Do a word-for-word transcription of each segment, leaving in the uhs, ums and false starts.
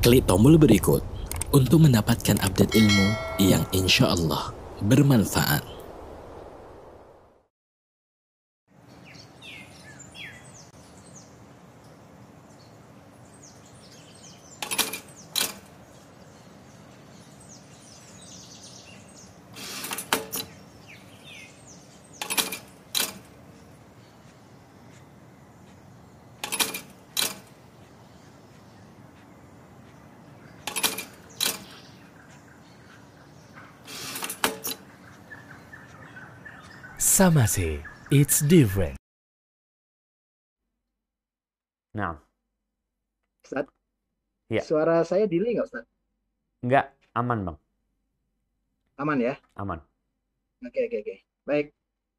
Klik tombol berikut untuk mendapatkan update ilmu yang insya Allah bermanfaat. Sama sih, it's different. Nah, Ustaz, ya, suara saya delay nggak Ustaz? enggak, aman bang, Aman ya? aman. Oke, oke, oke. Baik.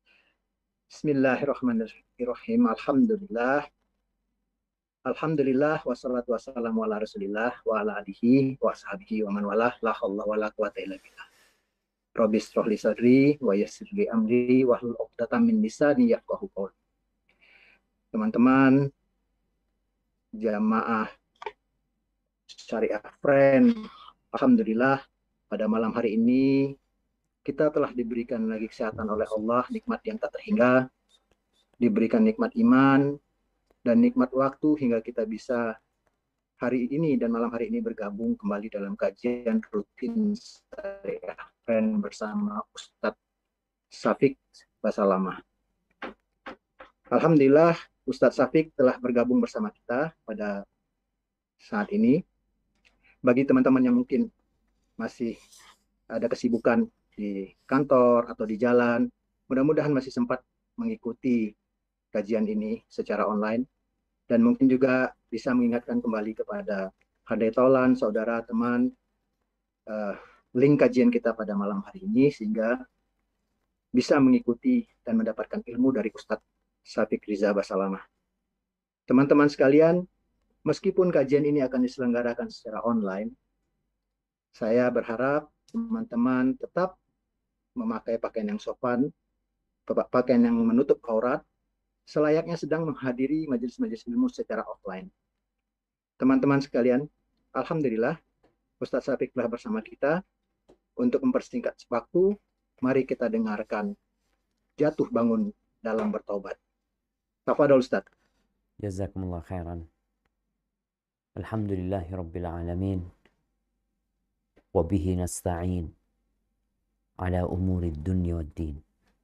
Bismillahirrahmanirrahim. Alhamdulillah. Alhamdulillah wassalatu wassalamu ala Rasulillah wa ala alihi wa ashabihi wa man walah la haula wa la quwata illa billah. Rabbi shrah li sadri wa yassir li amri wahlul 'uqdatam min lisani yafqahu qawli. Teman-teman jamaah Syariah Friend, alhamdulillah pada malam hari ini kita telah diberikan lagi kesehatan oleh Allah, nikmat yang tak terhingga, diberikan nikmat iman dan nikmat waktu hingga kita bisa hari ini dan malam hari ini bergabung kembali dalam kajian rutin Syariah Friend bersama Ustadz Syafiq Basalamah. Alhamdulillah Ustadz Syafiq telah bergabung bersama kita pada saat ini. Bagi teman-teman yang mungkin masih ada kesibukan di kantor atau di jalan, mudah-mudahan masih sempat mengikuti kajian ini secara online dan mungkin juga bisa mengingatkan kembali kepada hadai taulan, saudara, teman, uh, link kajian kita pada malam hari ini sehingga bisa mengikuti dan mendapatkan ilmu dari Ustadz Syafiq Riza Basalamah. Teman-teman sekalian, meskipun kajian ini akan diselenggarakan secara online, saya berharap teman-teman tetap memakai pakaian yang sopan, pakaian yang menutup aurat, selayaknya sedang menghadiri majelis-majelis ilmu secara offline. Teman-teman sekalian, alhamdulillah Ustadz Syafiq telah bersama kita. Untuk mempersingkat waktu, mari kita dengarkan jatuh bangun dalam bertaubat. Tafadhol Ustadz. Jazakumullah khairan. Alhamdulillahi rabbil alamin. Wabihi nasta'in ala umuri dunya wad din.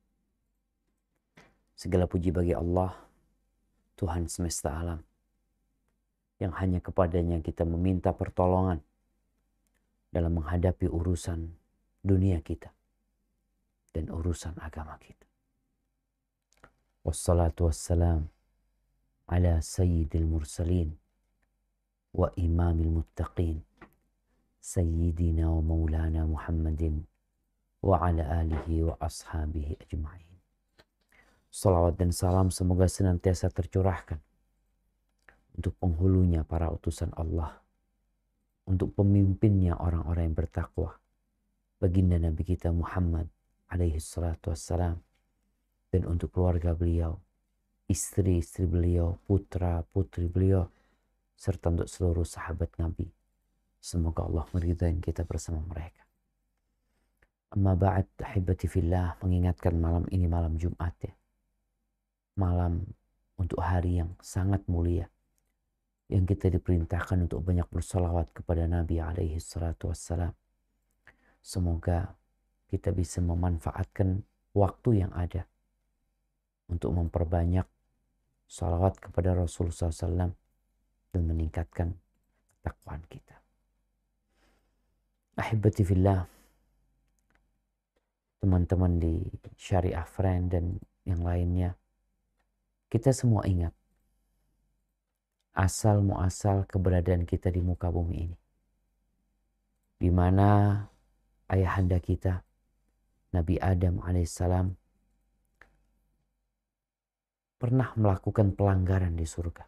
Segala puji bagi Allah, Tuhan semesta alam, yang hanya kepadanya kita meminta pertolongan dalam menghadapi urusan dunia kita dan urusan agama kita. Wassalatu wassalam ala sayyidil mursalin wa imamil muttaqin sayyidina wa maulana Muhammadin wa ala alihi wa ashabihi ajma'in. Salawat dan salam semoga senantiasa tercurahkan untuk penghulunya para utusan Allah, untuk pemimpinnya orang-orang yang bertakwa, baginda Nabi kita Muhammad alaihi salatu wassalam, dan untuk keluarga beliau, istri-istri beliau, putra-putri beliau, serta untuk seluruh sahabat Nabi. Semoga Allah meridai kita bersama mereka. Amma ba'd, ahibati fillah, mengingatkan malam ini malam Jumat ya. Malam untuk hari yang sangat mulia, yang kita diperintahkan untuk banyak bersolawat kepada Nabi alaihi salatu wassalam. Semoga kita bisa memanfaatkan waktu yang ada untuk memperbanyak salawat kepada Rasulullah shallallahu alaihi wasallam dan meningkatkan ketakwaan kita. Ahibati fillah, teman-teman di Syariah Friend dan yang lainnya, kita semua ingat asal muasal keberadaan kita di muka bumi ini, di mana ayahanda kita Nabi Adam alaihissalam pernah melakukan pelanggaran di surga,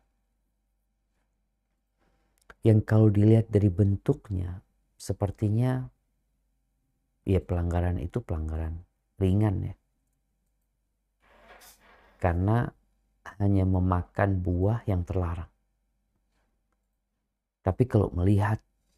yang kalau dilihat dari bentuknya sepertinya ya pelanggaran itu pelanggaran ringan ya, karena hanya memakan buah yang terlarang. Tapi kalau melihat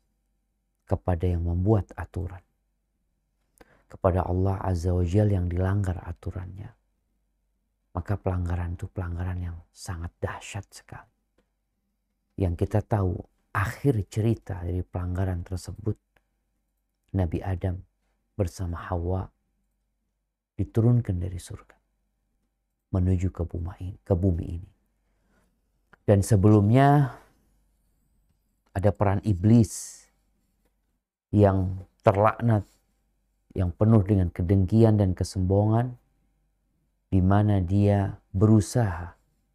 kepada yang membuat aturan, kepada Allah Azza wa Jalla yang dilanggar aturannya, maka pelanggaran itu pelanggaran yang sangat dahsyat sekali. Yang kita tahu akhir cerita dari pelanggaran tersebut, Nabi Adam bersama Hawa diturunkan dari surga menuju ke bumi ini, ke bumi ini. Dan sebelumnya ada peran iblis yang terlaknat, yang penuh dengan kedengkian dan kesombongan, di mana dia berusaha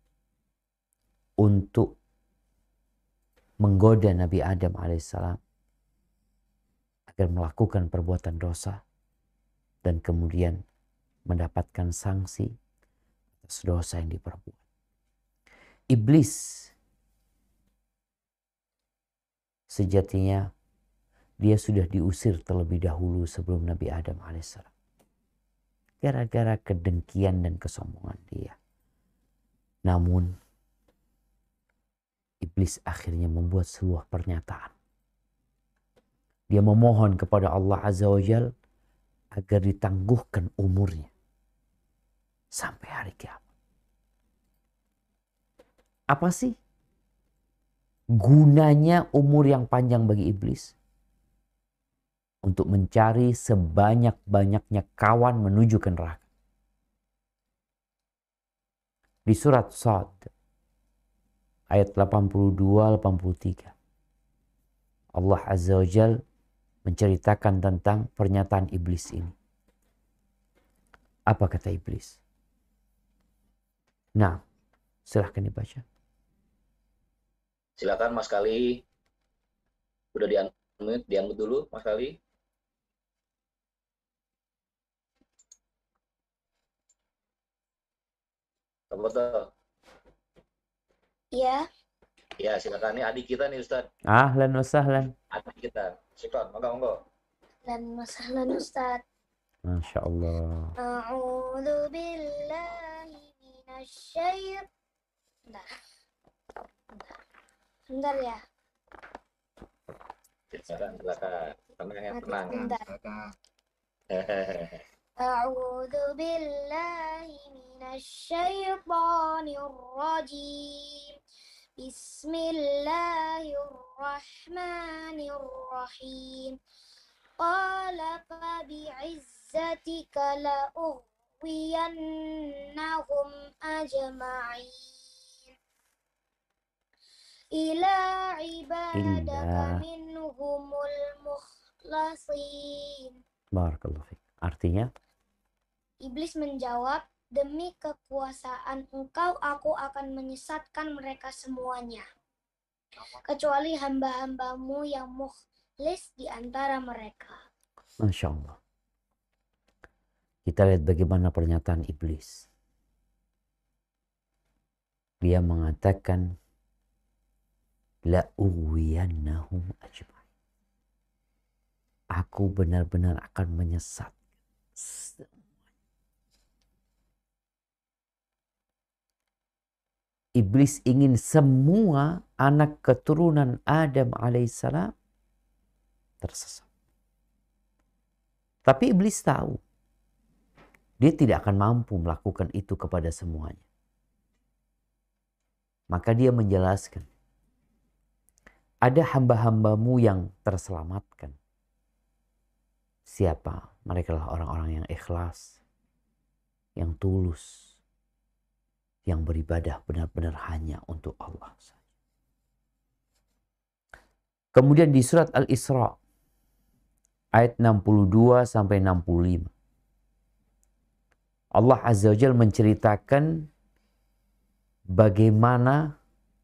untuk menggoda Nabi Adam alaihissalam agar melakukan perbuatan dosa dan kemudian mendapatkan sanksi atas dosa yang diperbuat. Iblis sejatinya dia sudah diusir terlebih dahulu sebelum Nabi Adam alaihissalam. Gara-gara kedengkian dan kesombongan dia. Namun iblis akhirnya membuat sebuah pernyataan. Dia memohon kepada Allah Azza wa Jalla agar ditangguhkan umurnya sampai hari kiamat. Apa sih gunanya umur yang panjang bagi iblis? Untuk mencari sebanyak-banyaknya kawan menuju ke neraka. Di surat Shad ayat delapan puluh dua delapan puluh tiga Allah Azza wa Jalla menceritakan tentang pernyataan iblis ini. Apa kata iblis? Nah, silahkan dibaca. Silakan Mas Kali. Udah di-unmute, di-unmute dulu Mas Kali. Betul. Iya. Ya, silakan. Ini adik kita nih Ustaz. Ahlan wa sahlan. Adik kita. Syukran, monggo monggo. Dan masalah Ustaz. Masya Allah. A'udzu billahi minasyaitonir. Bentar. Bentar. Bentar ya. Silakan, silakan. Tenang ya, Mati tenang. sebentar. A'udzu billahi minasyaitonir rajim. Bismillahirrahmanirrahim. Qala fa bi'izzatika la ughwiyannahum ajma'in ila ibadaka Illa. minhumul mukhlasin. Barakallahu fiik. Artinya? Iblis menjawab, demi kekuasaan engkau aku akan menyesatkan mereka semuanya, kecuali hamba-hambamu yang mukhlis di antara mereka. Masya Allah. Kita lihat bagaimana pernyataan iblis. Dia mengatakan, la uwiyannahum ajma'in. Aku benar-benar akan menyesat. Iblis ingin semua anak keturunan Adam alaihissalam tersesat. Tapi iblis tahu dia tidak akan mampu melakukan itu kepada semuanya. Maka dia menjelaskan, ada hamba-hambamu yang terselamatkan. Siapa? Mereka adalah orang-orang yang ikhlas, yang tulus, yang beribadah benar-benar hanya untuk Allah saja. Kemudian di surat Al-Isra ayat enam puluh dua sampai enam puluh lima Allah Azza wa Jalla menceritakan bagaimana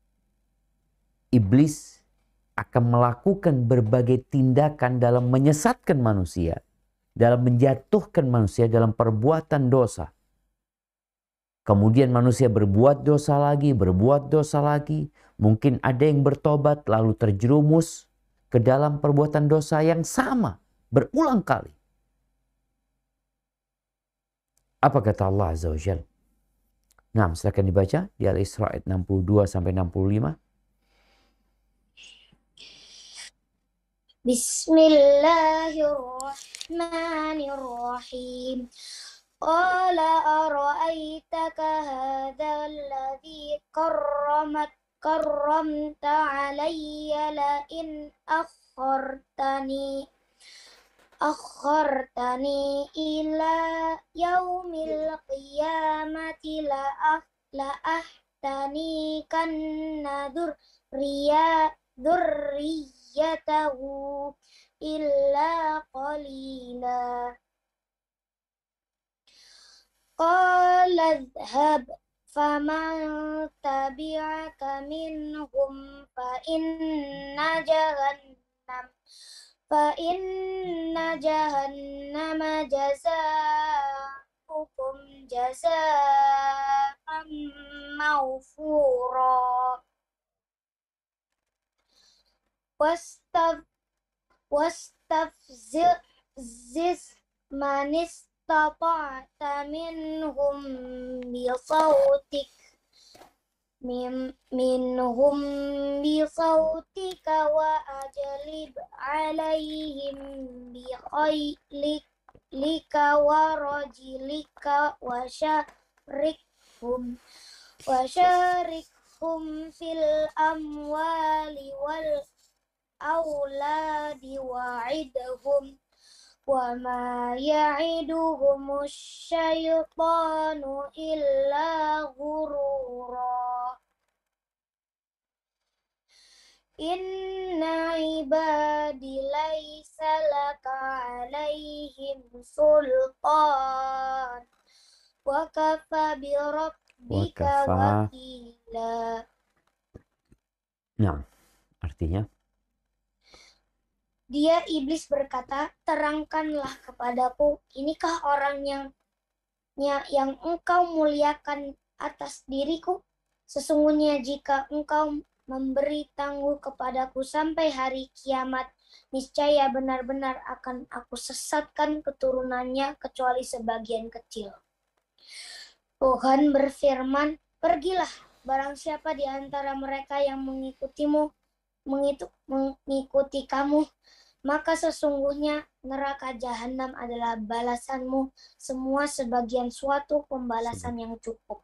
iblis akan melakukan berbagai tindakan dalam menyesatkan manusia, dalam menjatuhkan manusia dalam perbuatan dosa. Kemudian manusia berbuat dosa lagi, berbuat dosa lagi. Mungkin ada yang bertobat lalu terjerumus ke dalam perbuatan dosa yang sama berulang kali. Apa kata Allah Azza wa Jalla? Nah, silakan dibaca di Al-Isra ayat enam puluh dua sampai enam puluh lima. Bismillahirrahmanirrahim. Qala ara'aitaka hadzal ladzi karramat karramta alayya la in akhartani akhartani ila yaumil qiyamati la ah la ahtani kan nadur riya dzurriyyatahu illa qalila. Qala adhhab faman tabi'aka minhum fa inna jahannam fa inna jahannama jazaa'ukum jazaa'an mawfura. Wastaf wastafziz man istata'ta minhum bi sautik min minhum bi sautika wa ajlib alaihim bi khaylika wa rajlika wa syarikhum wa syarikhum fil amwali wal auladi wa'idhum wa ma ya'iduhum syaitanu illa ghurura. Inna ibadi laysa laka alaihim sultan wa kafa bi rabbika Wakafa. wakila. Nah, artinya Dia iblis berkata, terangkanlah kepadaku, inikah orang yang yang engkau muliakan atas diriku? Sesungguhnya jika engkau memberi tangguh kepadaku sampai hari kiamat, niscaya benar-benar akan aku sesatkan keturunannya kecuali sebagian kecil. Tuhan berfirman, pergilah, barang siapa di antara mereka yang mengikutimu, mengikuti kamu, maka sesungguhnya neraka jahanam adalah balasanmu, semua sebagian suatu pembalasan yang cukup.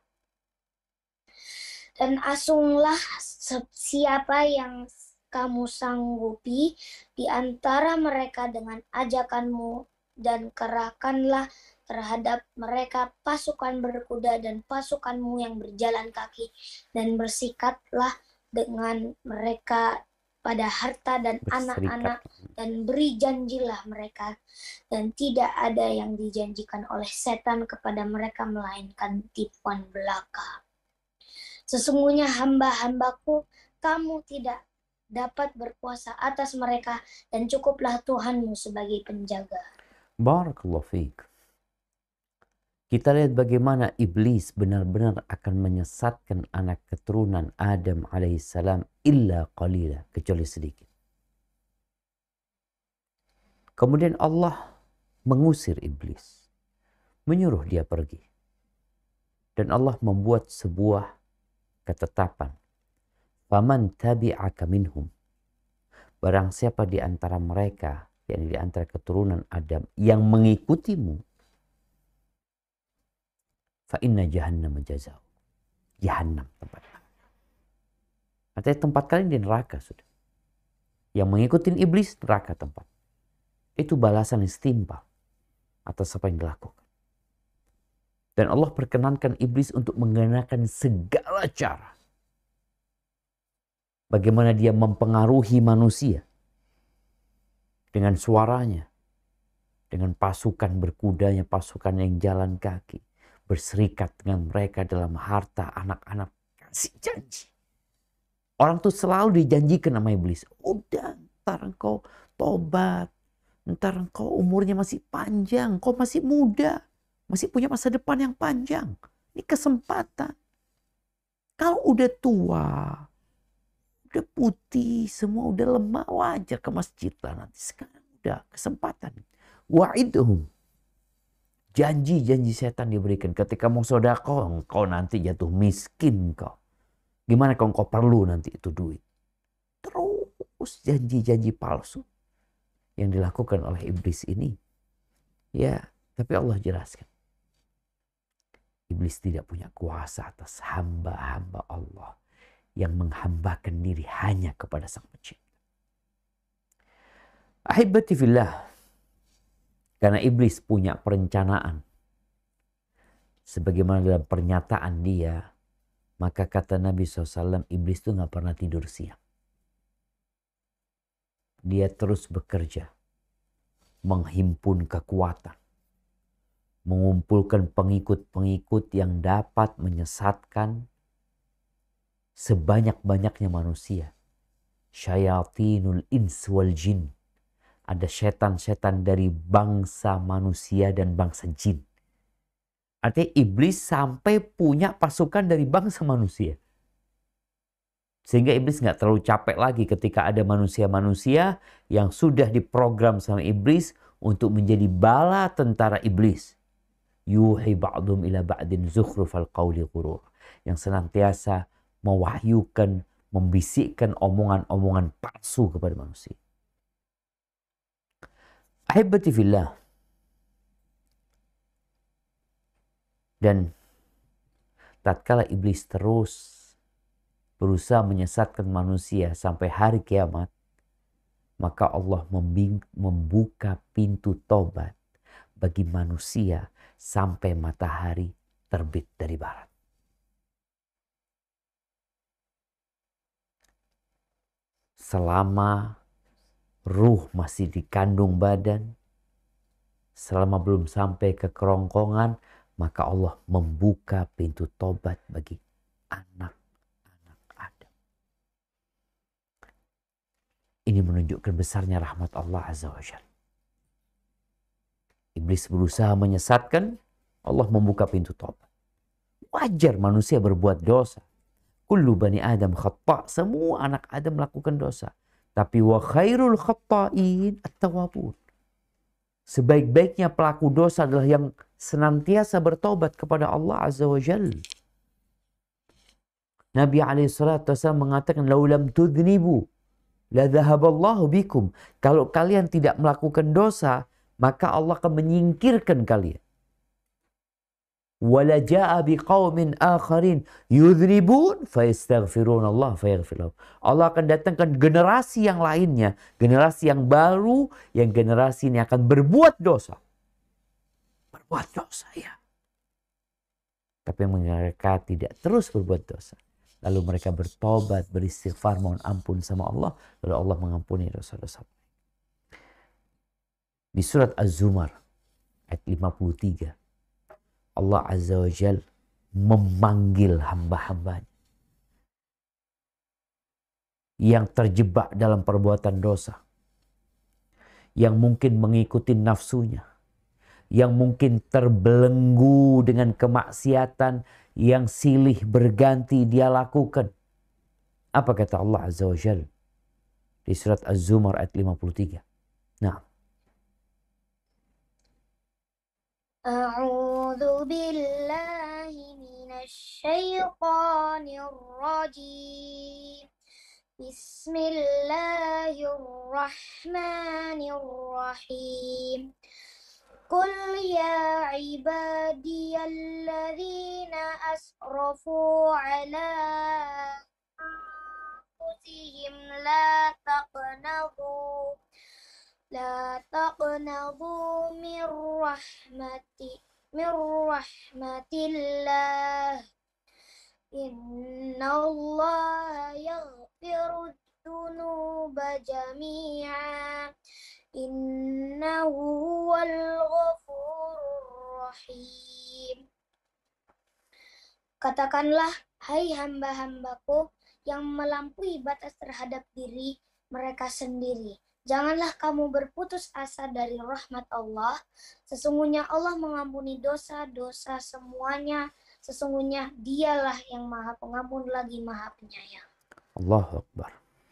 Dan asunglah siapa yang kamu sanggupi di antara mereka dengan ajakanmu, dan kerahkanlah terhadap mereka pasukan berkuda dan pasukanmu yang berjalan kaki, dan bersikatlah dengan mereka pada harta dan anak-anak, dan beri janjilah mereka, dan tidak ada yang dijanjikan oleh setan kepada mereka melainkan tipuan belaka. Sesungguhnya hamba-hambaku, kamu tidak dapat berkuasa atas mereka, dan cukuplah Tuhanmu sebagai penjaga. Barakallahu fiik. Kita lihat bagaimana iblis benar-benar akan menyesatkan anak keturunan Adam alaihissalam illa qalila, kecuali sedikit. Kemudian Allah mengusir iblis, menyuruh dia pergi. Dan Allah membuat sebuah ketetapan. Faman tabi'aka minhum. Barang siapa di antara mereka, yakni di antara keturunan Adam yang mengikutimu, fa inna jahannam jazau. Jahannam tempatnya. Artinya tempat kalian di neraka sudah. Yang mengikuti iblis, neraka tempat. Itu balasan yang setimpal atas apa yang dilakukan. Dan Allah perkenankan iblis untuk menggunakan segala cara. Bagaimana dia mempengaruhi manusia. Dengan suaranya. Dengan pasukan berkudanya, pasukan yang jalan kaki. Berserikat dengan mereka dalam harta anak-anak, kasih janji. Orang tuh selalu dijanjikan sama iblis. Udah, ntar engkau tobat. Ntar engkau umurnya masih panjang. Engkau masih muda. Masih punya masa depan yang panjang. Ini kesempatan. Kalau udah tua, udah putih, semua udah lemah, wajar ke masjid lah nanti. Sekarang udah kesempatan. Wa'idhum. Janji-janji setan diberikan. Ketika mau sedekah, engkau nanti jatuh miskin kau. Gimana kalau engkau perlu nanti itu duit? Terus janji-janji palsu. yang dilakukan oleh iblis ini? Ya, tapi Allah jelaskan. Iblis tidak punya kuasa atas hamba-hamba Allah yang menghambakan diri hanya kepada Sang Pencipta. Ahibati fillah, karena iblis punya perencanaan. Sebagaimana dalam pernyataan dia, maka kata Nabi shallallahu alaihi wasallam, iblis itu gak pernah tidur siang. Dia terus bekerja, menghimpun kekuatan, mengumpulkan pengikut-pengikut yang dapat menyesatkan sebanyak-banyaknya manusia. Syayatinul ins wal jin. Ada setan-setan dari bangsa manusia dan bangsa jin. Artinya iblis sampai punya pasukan dari bangsa manusia. Sehingga iblis nggak terlalu capek lagi ketika ada manusia-manusia yang sudah diprogram sama iblis untuk menjadi bala tentara iblis. Yuhi ba'dum ila ba'din zukhrufal qawli ghurur. Yang senantiasa mewahyukan, membisikkan omongan-omongan palsu kepada manusia. Ahibati fillah. Dan tatkala iblis terus berusaha menyesatkan manusia sampai hari kiamat, maka Allah membuka pintu tobat bagi manusia sampai matahari terbit dari barat. Selama ruh masih dikandung badan, selama belum sampai ke kerongkongan, maka Allah membuka pintu tobat bagi anak. Ini menunjukkan besarnya rahmat Allah Azza wa Jalla. Iblis berusaha menyesatkan, Allah membuka pintu tobat. Wajar manusia berbuat dosa. Kullu bani Adam khata'. Semua anak Adam melakukan dosa. Tapi wa khairul khata'in at-tawwabun. Sebaik-baiknya pelaku dosa adalah yang senantiasa bertobat kepada Allah Azza wa Jalla. Nabi alaihi salatu wasallam mengatakan, laulam tudhnibu la dhahaballahu bikum. Kalau kalian tidak melakukan dosa, maka Allah akan menyingkirkan kalian. Wala jaa biqaumin akharin yudhribun fayastaghfirun Allah fayaghfir lahum. Allah akan datangkan generasi yang lainnya, generasi yang baru, yang generasi ini akan berbuat dosa. Berbuat dosa ya. Tapi mereka tidak terus berbuat dosa. Lalu mereka bertobat, beristighfar, mohon ampun sama Allah. Lalu Allah mengampuni dosa-dosa. Di surat Az-Zumar ayat lima puluh tiga. Allah Azza wa Jal memanggil hamba-hambanya yang terjebak dalam perbuatan dosa. Yang mungkin mengikuti nafsunya. Yang mungkin terbelenggu dengan kemaksiatan yang silih berganti dia lakukan. Apa kata Allah Azza wa Jalla di surat Az-Zumar ayat lima puluh tiga? Nah. A'udzu billahi minasy syaithanir rajim. Bismillahirrahmanirrahim. Qul ya ibadiyalladzina asrafu ala anfusihim la taqnatu la taqnatu mir rahmati mir rahmatillah innallaha yaghfiru dzunuba jami'a innahu huwal ghafurur rahim. Katakanlah, hai hamba-hambaku yang melampaui batas terhadap diri mereka sendiri. Janganlah kamu berputus asa dari rahmat Allah. Sesungguhnya Allah mengampuni dosa-dosa semuanya. Sesungguhnya dialah yang maha pengampun lagi maha penyayang. Allahu Akbar.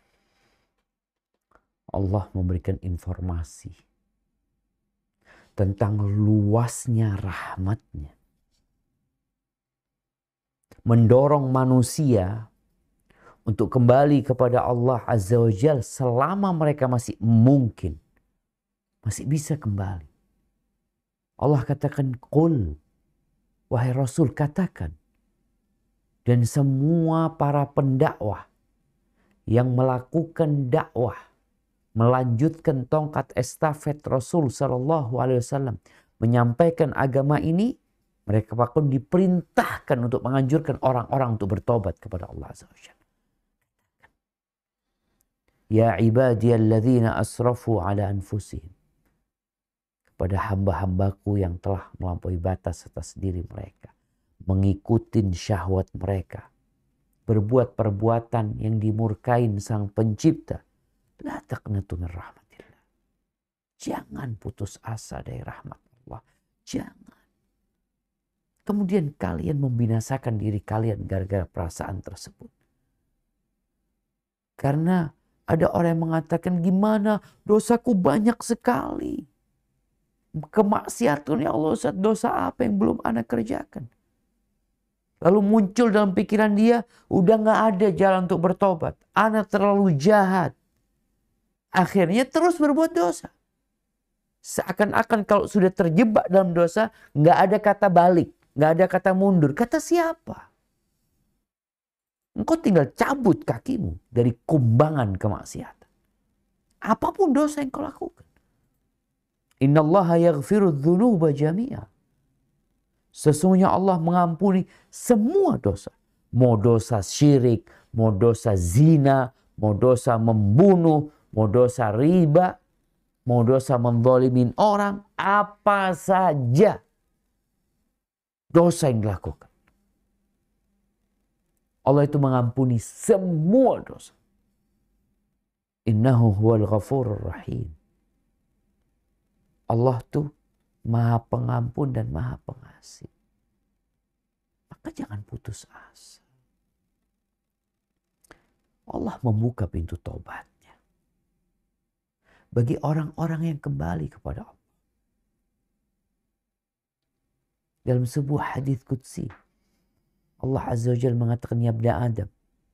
Allah memberikan informasi tentang luasnya rahmatnya. Mendorong manusia untuk kembali kepada Allah Azza wa Jalla selama mereka masih mungkin masih bisa kembali. Allah katakan, qul, wahai Rasul katakan. Dan semua para pendakwah yang melakukan dakwah, melanjutkan tongkat estafet Rasul Sallallahu Alaihi Wasallam, menyampaikan agama ini, mereka pun diperintahkan untuk menganjurkan orang-orang untuk bertobat kepada Allah Azza wa Jalla. Ya ibadiyalladzina asrafu ala anfusihim. Kepada hamba-hambaku yang telah melampaui batas atas diri mereka. Mengikuti syahwat mereka. Berbuat perbuatan yang dimurkain sang pencipta. La taqnatu min rahmatillah. Jangan putus asa dari rahmat Allah. Jangan. Kemudian kalian membinasakan diri kalian gara-gara perasaan tersebut. Karena ada orang yang mengatakan, gimana dosaku banyak sekali. Kemaksiatan ya Allah, Ustaz, dosa apa yang belum ana kerjakan? Lalu muncul dalam pikiran dia, udah gak ada jalan untuk bertobat. Ana terlalu jahat. Akhirnya terus berbuat dosa. Seakan-akan kalau sudah terjebak dalam dosa, gak ada kata balik. Gak ada kata mundur. Kata siapa? Engkau tinggal cabut kakimu dari kumbangan kemaksiatan. Apapun dosa yang kau lakukan. Innallaha yaghfiru dzunuba jami'a. Sesungguhnya Allah mengampuni semua dosa. Mau dosa syirik, mau dosa zina, mau dosa membunuh, mau dosa riba, mau dosa menzalimin orang, apa saja dosa yang dilakukan. Allah itu mengampuni semua dosa. Innahu huwal ghafurur rahim. Allah tuh Maha Pengampun dan Maha Pengasih. Maka jangan putus asa. Allah membuka pintu taubatnya bagi orang-orang yang kembali kepada Allah. Dalam sebuah hadis qudsi, Allah Azza wa Jalla mengatakan, ya ibna Adam,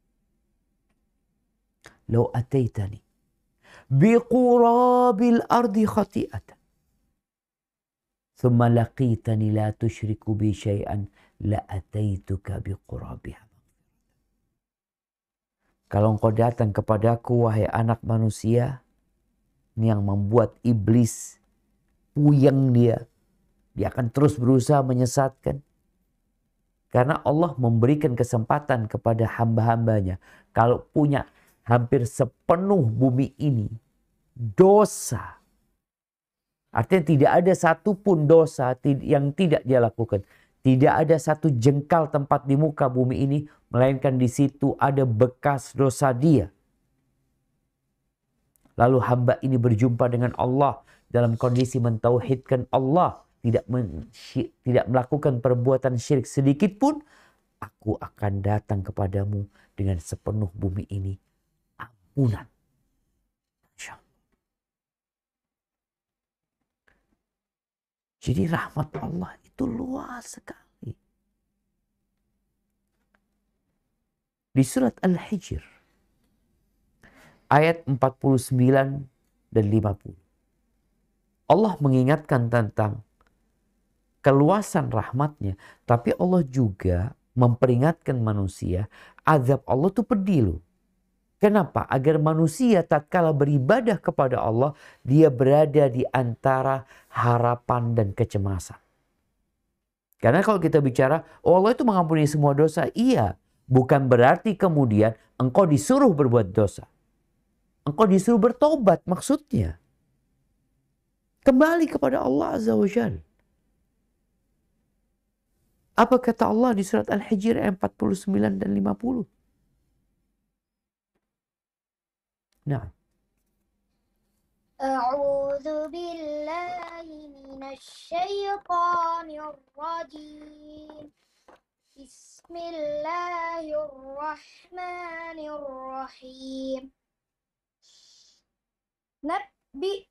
"Lau ataitani biqurabil ardi khati'atan, thumma laqitani la tusyriku bi syai'an, la ataituka biqurabiha." Kalau engkau datang kepadaku, wahai anak manusia, ini yang membuat iblis puyeng dia. Dia akan terus berusaha menyesatkan. Karena Allah memberikan kesempatan kepada hamba-hambanya. Kalau punya hampir sepenuh bumi ini dosa. Artinya tidak ada satupun dosa yang tidak dia lakukan. Tidak ada satu jengkal tempat di muka bumi ini. Melainkan di situ ada bekas dosa dia. Lalu hamba ini berjumpa dengan Allah dalam kondisi mentauhidkan Allah. Tidak, men, tidak melakukan perbuatan syirik sedikit pun, aku akan datang kepadamu dengan sepenuh bumi ini ampunan. Jadi rahmat Allah itu luas sekali. Di surat Al-Hijr ayat empat puluh sembilan dan lima puluh. Allah mengingatkan tentang keluasan rahmatnya. Tapi Allah juga memperingatkan manusia, azab Allah itu pedih loh. Kenapa? Agar manusia tatkala beribadah kepada Allah, dia berada di antara harapan dan kecemasan. Karena kalau kita bicara, oh Allah itu mengampuni semua dosa. Iya, bukan berarti kemudian engkau disuruh berbuat dosa. Engkau disuruh bertobat maksudnya. Kembali kepada Allah Azza wa Jalla. Apa kata Allah di surat Al-Hijr ayat empat puluh sembilan dan lima puluh? Nah. A'udzu billahi minasy syaithanir rajim. Bismillahirrahmanirrahim. Nabbi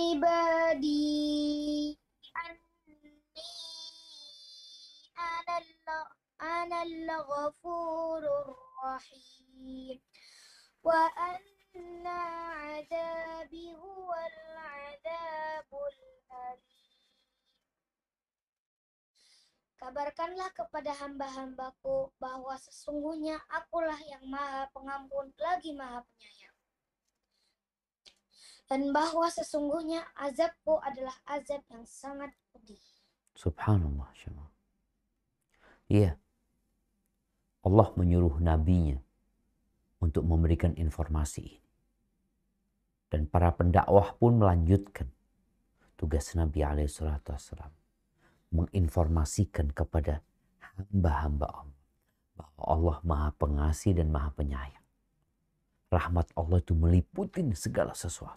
ibadi أنا الغفور الرحيم وأن عذابي هو العذاب Kabarkanlah kepada hamba-hambaku bahwa sesungguhnya akulah yang maha pengampun lagi maha penyayang. Dan bahwa sesungguhnya azabku adalah azab yang sangat pedih. Subhanallah. Iya. Allah menyuruh nabinya untuk memberikan informasi ini. Dan para pendakwah pun melanjutkan tugas Nabi alaihi salatu wassalam. Menginformasikan kepada hamba-hamba Allah bahwa Allah maha pengasih dan maha penyayang. Rahmat Allah itu meliputi segala sesuatu.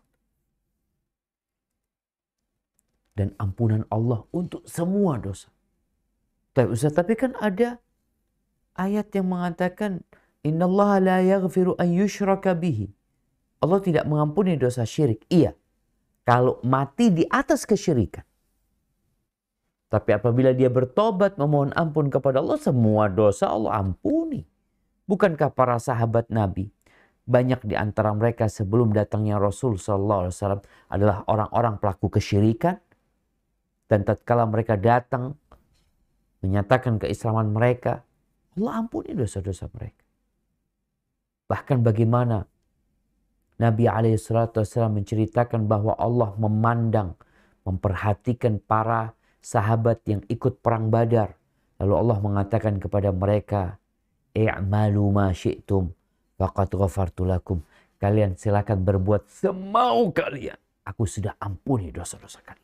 Dan ampunan Allah untuk semua dosa. Tapi Ustaz, tapi kan ada ayat yang mengatakan innallaha la yaghfiru an yushraka bihi. Allah tidak mengampuni dosa syirik. Iya. Kalau mati di atas kesyirikan. Tapi apabila dia bertobat memohon ampun kepada Allah, semua dosa Allah ampuni. Bukankah para sahabat Nabi, banyak di antara mereka sebelum datangnya Rasul sallallahu alaihi wasallam adalah orang-orang pelaku kesyirikan? Dan tatkala mereka datang menyatakan keislaman mereka, Allah ampuni dosa-dosa mereka. Bahkan bagaimana Nabi alaihi salatu wasallam menceritakan bahwa Allah memandang, memperhatikan para sahabat yang ikut perang Badar. Lalu Allah mengatakan kepada mereka, "I'malu ma syi'tum faqad ghafartu lakum." Kalian silakan berbuat semau kalian. Aku sudah ampuni dosa-dosa kalian.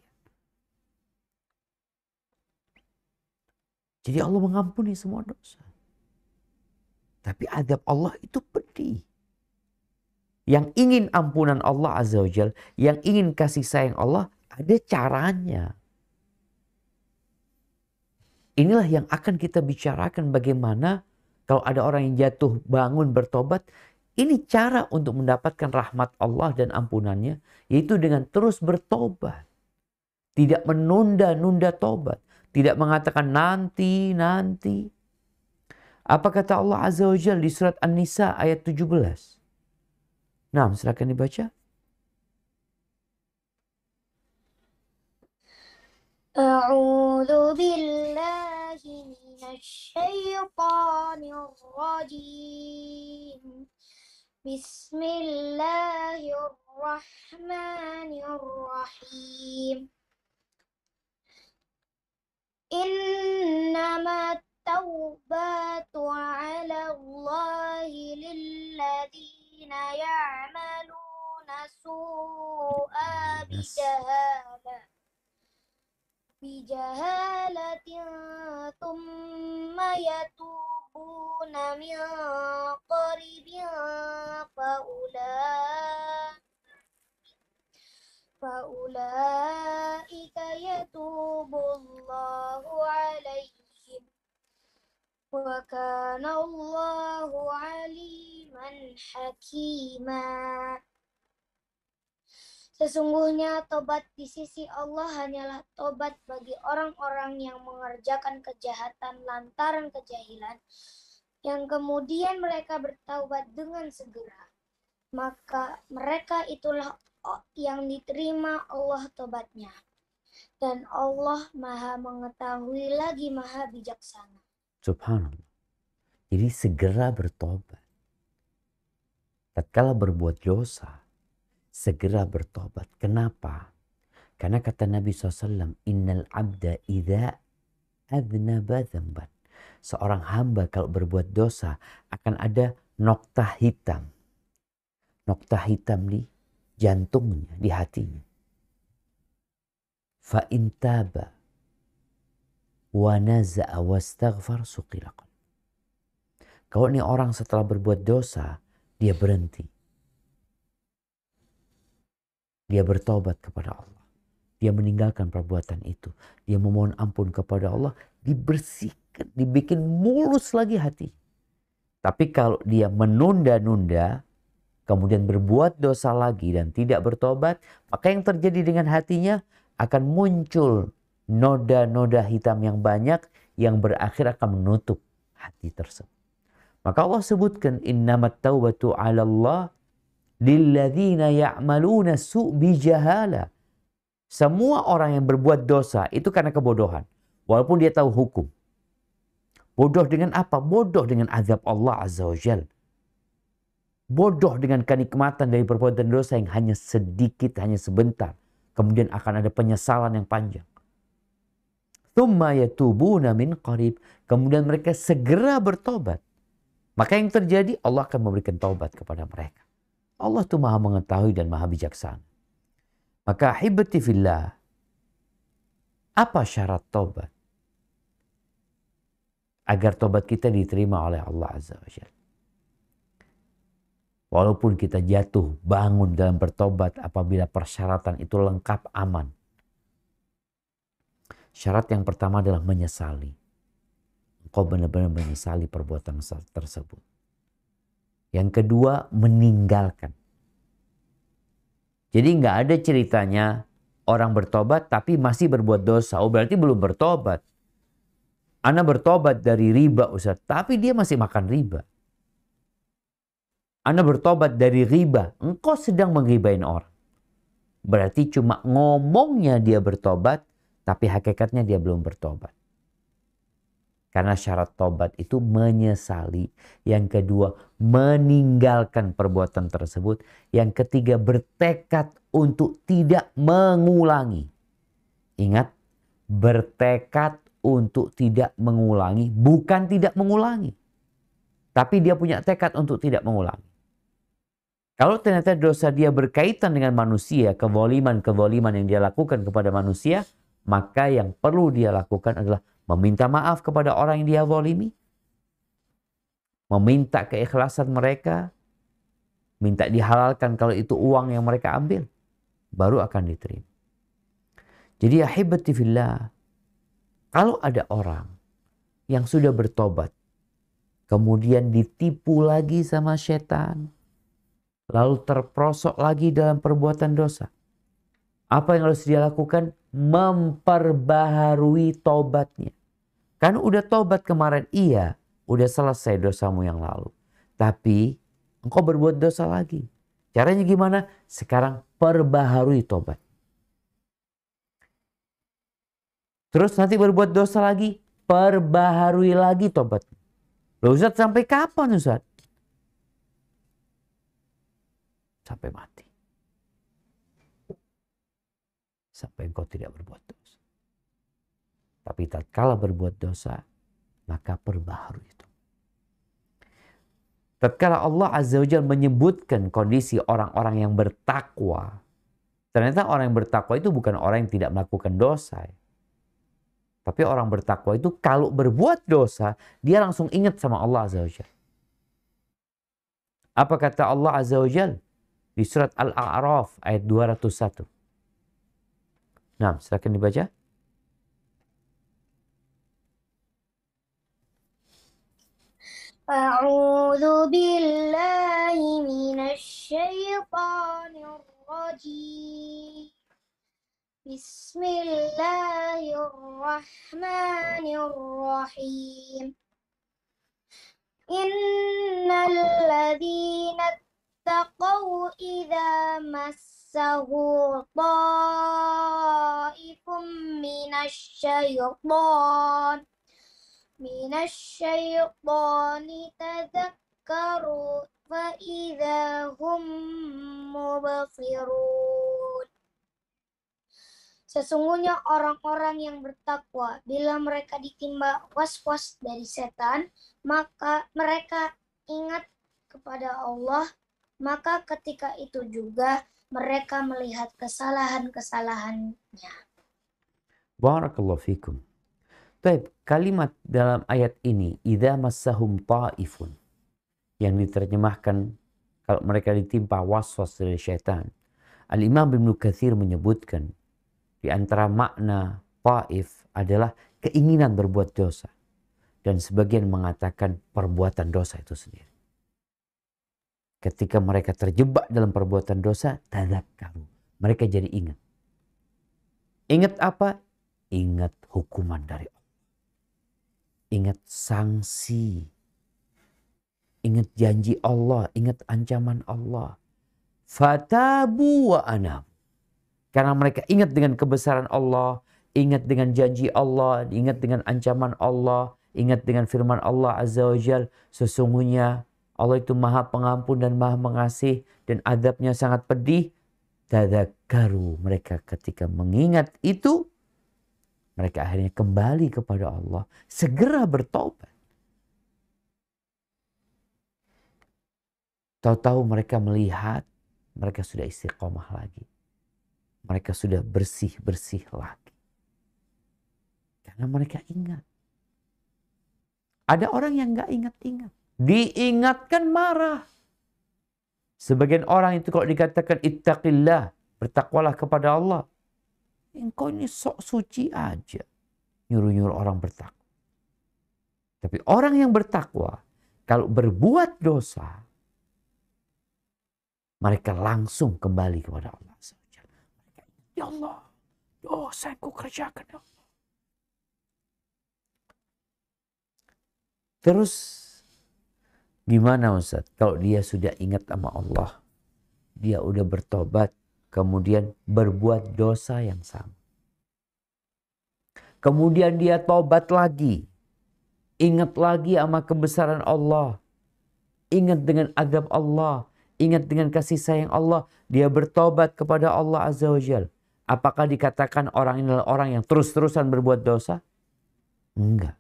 Jadi Allah mengampuni semua dosa. Tapi azab Allah itu pedih. Yang ingin ampunan Allah Azza wa Jalla, yang ingin kasih sayang Allah, ada caranya. Inilah yang akan kita bicarakan bagaimana kalau ada orang yang jatuh bangun bertobat. Ini cara untuk mendapatkan rahmat Allah dan ampunannya. Yaitu dengan terus bertobat. Tidak menunda-nunda tobat. Tidak mengatakan nanti, nanti. Apa kata Allah Azza wa Jalla di surat An-Nisa ayat tujuh belas? Nah, silakan dibaca. A'udzu billahi minasy syaithanir rajim. Bismillahirrahmanirrahim. Innama taubatu 'ala Allahi lilladzina ya'maluna su'a bijahalah bijahalatin thumma yatubuna min qaribin faulai faulaika yatubullahu alaihim wa kana Allahu aliman hakima. Sesungguhnya tobat di sisi Allah hanyalah tobat bagi orang-orang yang mengerjakan kejahatan lantaran kejahilan, yang kemudian mereka bertaubat dengan segera. Maka mereka itulah yang diterima Allah tobatnya. Dan Allah maha mengetahui lagi maha bijaksana. Subhanallah. Jadi segera bertobat. Tatkala berbuat dosa, segera bertobat. Kenapa? Karena kata Nabi shallallahu alaihi wasallam, Innal abda idha adnaba dzamban. Seorang hamba kalau berbuat dosa akan ada noktah hitam. Noktah hitam di jantungnya, di hatinya. Fa in taba wa naza'a wastaghfar suqila qalb. Kalau ini orang setelah berbuat dosa, dia berhenti. Dia bertobat kepada Allah. Dia meninggalkan perbuatan itu. Dia memohon ampun kepada Allah. Dibersihkan, dibikin mulus lagi hati. Tapi kalau dia menunda-nunda, kemudian berbuat dosa lagi dan tidak bertobat, maka yang terjadi dengan hatinya akan muncul noda-noda hitam yang banyak yang berakhir akan menutup hati tersebut. Maka Allah sebutkan innamat taubatu 'ala Allah lilladzina ya'maluna su' bijahala. Semua orang yang berbuat dosa itu karena kebodohan. Walaupun dia tahu hukum. Bodoh dengan apa? Bodoh dengan azab Allah Azza wa Jal. Bodoh dengan kenikmatan dari perbuatan dosa yang hanya sedikit, hanya sebentar. Kemudian akan ada penyesalan yang panjang. Tsumma yatubuna min qarib. Kemudian mereka segera bertobat. Maka yang terjadi, Allah akan memberikan taubat kepada mereka. Allah itu maha mengetahui dan maha bijaksana. Maka ahibati fillah, apa syarat taubat? Agar taubat kita diterima oleh Allah Azza wa Jalla. Walaupun kita jatuh, bangun dalam bertobat apabila persyaratan itu lengkap, aman. Syarat yang pertama adalah menyesali. Engkau benar-benar menyesali perbuatan tersebut. Yang kedua, meninggalkan. Jadi nggak ada ceritanya orang bertobat tapi masih berbuat dosa. Oh berarti belum bertobat. Ana bertobat dari riba Ustaz, tapi dia masih makan riba. Ana bertobat dari riba, engkau sedang mengribain orang. Berarti cuma ngomongnya dia bertobat, tapi hakikatnya dia belum bertobat. Karena syarat tobat itu menyesali. Yang kedua, meninggalkan perbuatan tersebut. Yang ketiga, bertekad untuk tidak mengulangi. Ingat, bertekad untuk tidak mengulangi, bukan tidak mengulangi. Tapi dia punya tekad untuk tidak mengulangi. Kalau ternyata dosa dia berkaitan dengan manusia, kezaliman-kezaliman yang dia lakukan kepada manusia, maka yang perlu dia lakukan adalah meminta maaf kepada orang yang dia zalimi, meminta keikhlasan mereka, minta dihalalkan kalau itu uang yang mereka ambil, baru akan diterima. Jadi ahibati fillah, kalau ada orang yang sudah bertobat, kemudian ditipu lagi sama setan, lalu terperosok lagi dalam perbuatan dosa, apa yang harus dia lakukan? Memperbaharui tobatnya. Kan udah tobat kemarin, iya, udah selesai dosamu yang lalu. Tapi engkau berbuat dosa lagi. Caranya gimana? Sekarang perbaharui tobat. Terus nanti berbuat dosa lagi, perbaharui lagi tobat. Loh Ustaz, sampai kapan Ustaz? Sampai mati. Sampai engkau tidak berbuat dosa. Tapi tatkala berbuat dosa, maka perbaharui itu. Tatkala Allah Azza wa Jalla menyebutkan kondisi orang-orang yang bertakwa, ternyata orang yang bertakwa itu bukan orang yang tidak melakukan dosa. Tapi orang bertakwa itu kalau berbuat dosa, dia langsung ingat sama Allah Azza wa Jalla. Apa kata Allah Azza wa Jalla di surat Al-A'raf ayat dua ratus satu? Nah, silakan dibaca. A'udzu billahi minasy syaithanir rajim. Bismillahirrahmanirrahim. Innal ladzina taqaw idza massahu ta'ifum minasy syaitan minasy syaitani tadzakkaru fa idza hum mubsirun. Sesungguhnya orang-orang yang bertakwa, bila mereka ditimpa was-was dari setan, maka mereka ingat kepada Allah, maka ketika itu juga mereka melihat kesalahan-kesalahannya. Barakallahu fikum. Baik, kalimat dalam ayat ini, idza massahum ta'ifun, yang diterjemahkan kalau mereka ditimpa was-was dari syaitan. Al-Imam Ibnu Katsir menyebutkan di antara makna ta'if adalah keinginan berbuat dosa. Dan sebagian mengatakan perbuatan dosa itu sendiri. Ketika mereka terjebak dalam perbuatan dosa, tadzakkaru. Mereka jadi ingat. Ingat apa? Ingat hukuman dari Allah. Ingat sanksi. Ingat janji Allah. Ingat ancaman Allah. Fatabu wa anabu. Karena mereka ingat dengan kebesaran Allah, ingat dengan janji Allah, ingat dengan ancaman Allah, ingat dengan firman Allah Azza wa Jal. Sesungguhnya Allah itu maha pengampun dan maha mengasih dan azabnya sangat pedih. Tadzakkaru, mereka ketika mengingat itu, mereka akhirnya kembali kepada Allah. Segera bertobat. Tahu-tahu mereka melihat, mereka sudah istiqomah lagi. Mereka sudah bersih-bersih lagi. Karena mereka ingat. Ada orang yang gak ingat-ingat. Diingatkan marah. Sebagian orang itu kalau dikatakan ittaqillah, bertakwalah kepada Allah. Engkau ini sok suci aja. Nyuruh-nyuruh orang bertakwa. Tapi orang yang bertakwa, kalau berbuat dosa, mereka langsung kembali kepada Allah. Ya Allah, dosa yang ku kerjakan ya Allah. Terus gimana Ustaz? Kalau dia sudah ingat sama Allah, dia udah bertobat, kemudian berbuat dosa yang sama. Kemudian dia tobat lagi. Ingat lagi sama kebesaran Allah. Ingat dengan azab Allah. Ingat dengan kasih sayang Allah. Dia bertobat kepada Allah Azza wa Jal. Apakah dikatakan orang ini adalah orang yang terus-terusan berbuat dosa? Enggak.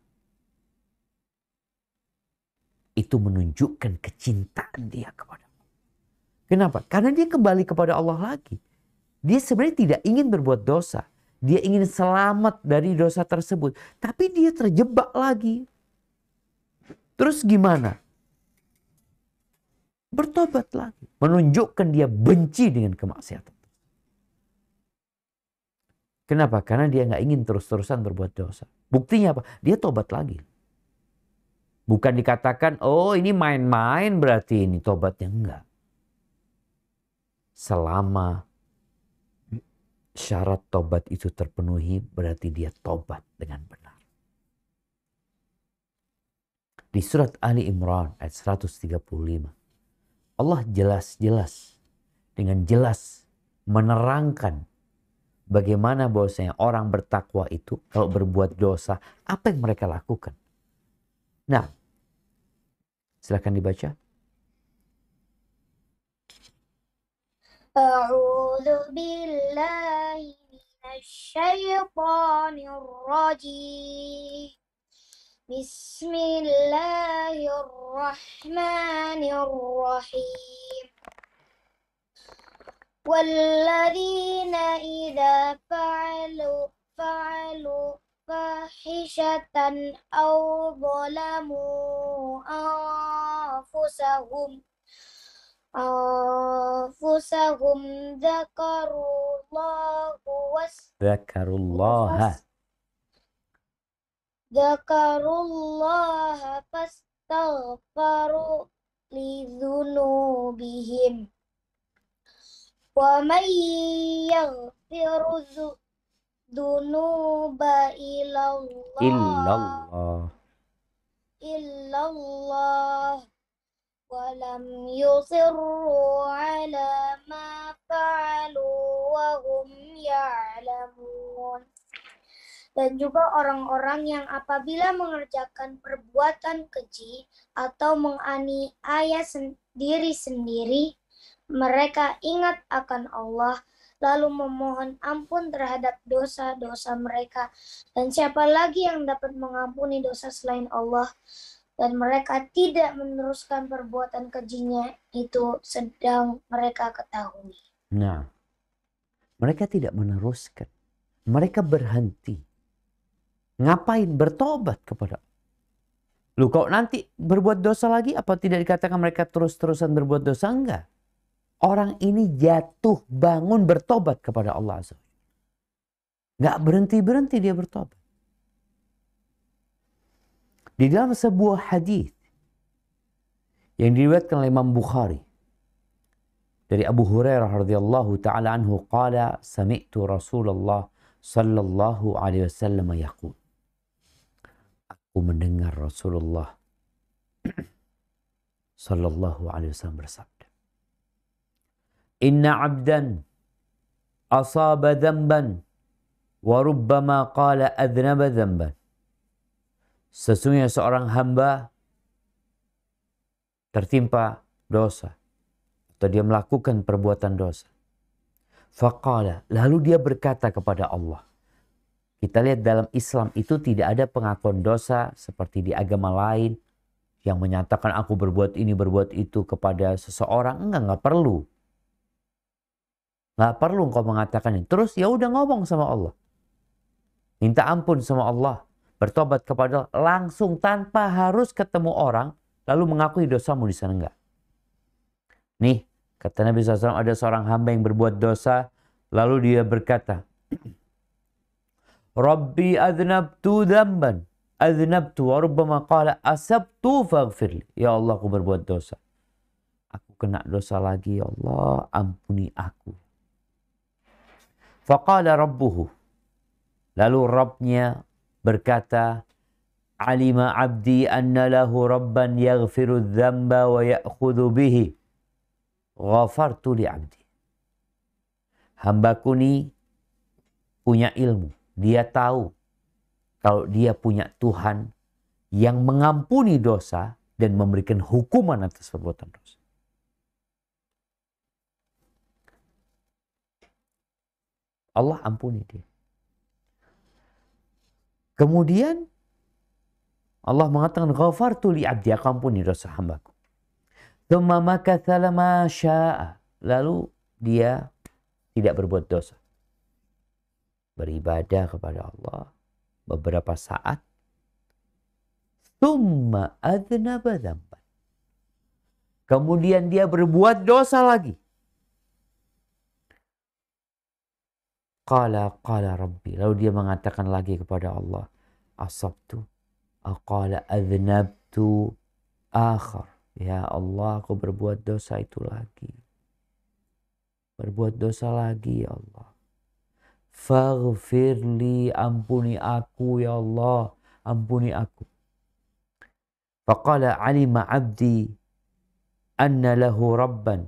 Itu menunjukkan kecintaan dia kepada Allah. Kenapa? Karena dia kembali kepada Allah lagi. Dia sebenarnya tidak ingin berbuat dosa. Dia ingin selamat dari dosa tersebut. Tapi dia terjebak lagi. Terus gimana? Bertobat lagi. Menunjukkan dia benci dengan kemaksiatan. Kenapa? Karena dia nggak ingin terus-terusan berbuat dosa. Buktinya apa? Dia tobat lagi. Bukan dikatakan, oh ini main-main berarti ini tobatnya. Enggak. Selama syarat tobat itu terpenuhi, berarti dia tobat dengan benar. Di surat Ali Imran ayat seratus tiga puluh lima. Allah jelas-jelas, dengan jelas menerangkan bagaimana bahwasanya orang bertakwa itu kalau berbuat dosa, apa yang mereka lakukan. Nah, silakan dibaca. A'udzu billahi minasyaitonir rajim. Bismillahirrahmanirrahim. والذين إذا فعلوا فعلوا فاحشة أو ظلموا أنفسهم أنفسهم ذكروا الله ذكروا الله ذكروا الله فاستغفروا لذنوبهم ومن يغفر الذنوب إلا الله إلا الله إلا الله ولم يصروا على ما فعلوا وهم يعلمون. Dan juga orang-orang yang apabila mengerjakan perbuatan keji atau menganiaya diri sendiri, mereka ingat akan Allah, lalu memohon ampun terhadap dosa-dosa mereka. Dan siapa lagi yang dapat mengampuni dosa selain Allah? Dan mereka tidak meneruskan perbuatan kejinya itu sedang mereka ketahui. Nah, mereka tidak meneruskan. Mereka berhenti. Ngapain? Bertobat kepada Allah. Lu kok nanti berbuat dosa lagi, apa tidak dikatakan mereka terus-terusan berbuat dosa? Enggak. Orang ini jatuh bangun bertobat kepada Allah Azza wa Jalla. Nggak berhenti-berhenti dia bertobat. Di dalam sebuah hadis yang diriwayatkan oleh Imam Bukhari dari Abu Hurairah radhiyallahu taala anhu qala sami'tu Rasulullah sallallahu alaihi wasallam yaqul. Aku mendengar Rasulullah sallallahu alaihi wasallam bersabda, Inna abdan asaba dzamban wa rubbama qala adznaba dzamban. Sesungguhnya seorang hamba tertimpa dosa atau dia melakukan perbuatan dosa. Faqala, lalu dia berkata kepada Allah. Kita lihat dalam Islam itu tidak ada pengakuan dosa seperti di agama lain yang menyatakan aku berbuat ini, berbuat itu kepada seseorang. Enggak, enggak perlu. Enggak perlu engkau mengatakan ini. Terus ya udah ngomong sama Allah. Minta ampun sama Allah. Bertobat kepada Allah langsung tanpa harus ketemu orang. Lalu mengakui dosamu di sana, enggak. Nih, kata Nabi shallallahu alaihi wasallam, ada seorang hamba yang berbuat dosa. Lalu dia berkata, Rabbi adnabtu dzamban. Adnabtu wa rubbama qala asabtu faghfirli. Ya Allah, aku berbuat dosa. Aku kena dosa lagi, ya Allah, ampuni aku. Faqala rabbuhu. Lalu Rabbnya berkata, Alima abdi anna lahu rabban yaghfiru dzamba wa ya'khudhu bihi. Ghafartu li abdi. Hambaku ini punya ilmu. Dia tahu kalau dia punya Tuhan yang mengampuni dosa dan memberikan hukuman atas perbuatan dosa. Allah ampuni dia. Kemudian Allah mengatakan ghafartu li abdi, aku ampuni dosa hambaku. Tsumma makatha lama syaa. Lalu dia tidak berbuat dosa. Beribadah kepada Allah beberapa saat. Tsumma adznaba dzamban. Kemudian dia berbuat dosa lagi. Qala qala rabbi. Lalu dia mengatakan lagi kepada Allah, asabtu. Qala adznabtu akhar. Ya Allah, aku berbuat dosa itu lagi. Berbuat dosa lagi, ya Allah. Faghfirli, ampuni aku, ya Allah. Ampuni aku. Faqala alima abdi anna lahu rabban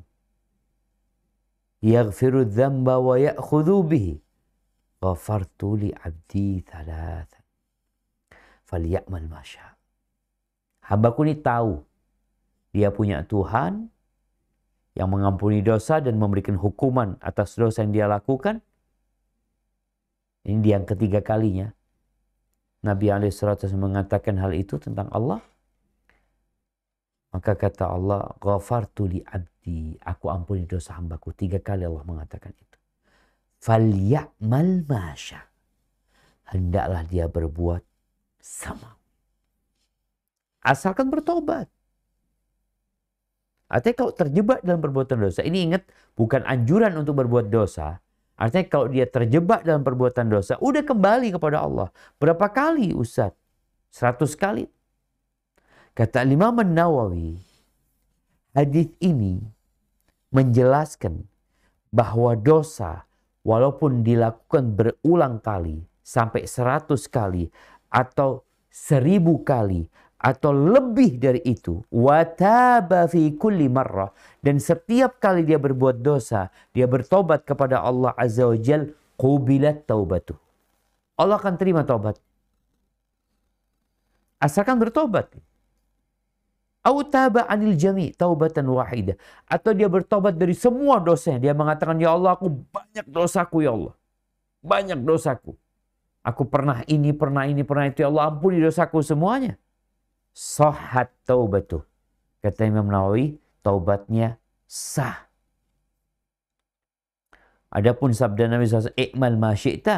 yaghfiru dzamba wa ya'khudhu bihi. Ghafartu li abdi thalathan. Falyamal masya. Hambaku ini tahu dia punya Tuhan yang mengampuni dosa dan memberikan hukuman atas dosa yang dia lakukan. Ini dia yang ketiga kalinya Nabi alaihi salatu wasallam mengatakan hal itu tentang Allah. Maka kata Allah, ghafartu li abdi, aku ampuni dosa hambaku. Tiga kali Allah mengatakan itu. Falyamal masya. Hendaklah dia berbuat sama. Asalkan bertobat. Artinya kalau terjebak dalam perbuatan dosa, ini ingat bukan anjuran untuk berbuat dosa. Artinya kalau dia terjebak dalam perbuatan dosa, udah kembali kepada Allah. Berapa kali Ustaz? Seratus kali. Kata Imam An-Nawawi, hadis ini menjelaskan bahwa dosa walaupun dilakukan berulang kali, sampai seratus kali, atau seribu kali, atau lebih dari itu, wataba fi kulli marrah, dan setiap kali dia berbuat dosa, dia bertobat kepada Allah Azza wa Jal, qubilat taubatuh. Allah akan terima taubat. Asalkan bertobat. Au taba anil jami' taubatan wahidah, atau dia bertobat dari semua dosanya. Dia mengatakan, ya Allah, aku banyak dosaku, ya Allah. Banyak dosaku. Aku pernah ini, pernah ini, pernah itu. Ya Allah, ampuni dosaku semuanya. Sahhat taubatuh. Kata Imam Nawawi, taubatnya sah. Adapun sabda Nabi shallallahu alaihi wasallam, i'mal ma syi'ta.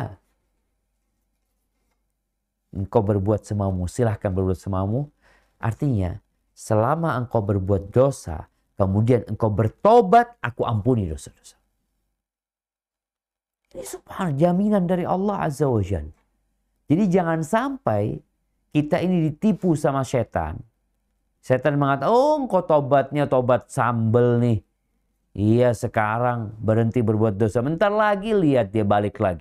Engkau berbuat semaumu, silahkan berbuat semaumu. Artinya, selama engkau berbuat dosa, kemudian engkau bertobat, aku ampuni dosa-dosa. Ini subhanallah, jaminan dari Allah Azza wa Jalla. Jadi jangan sampai kita ini ditipu sama setan. Setan mengatakan, oh engkau tobatnya tobat sambel nih. Iya, sekarang berhenti berbuat dosa. Bentar lagi lihat dia balik lagi.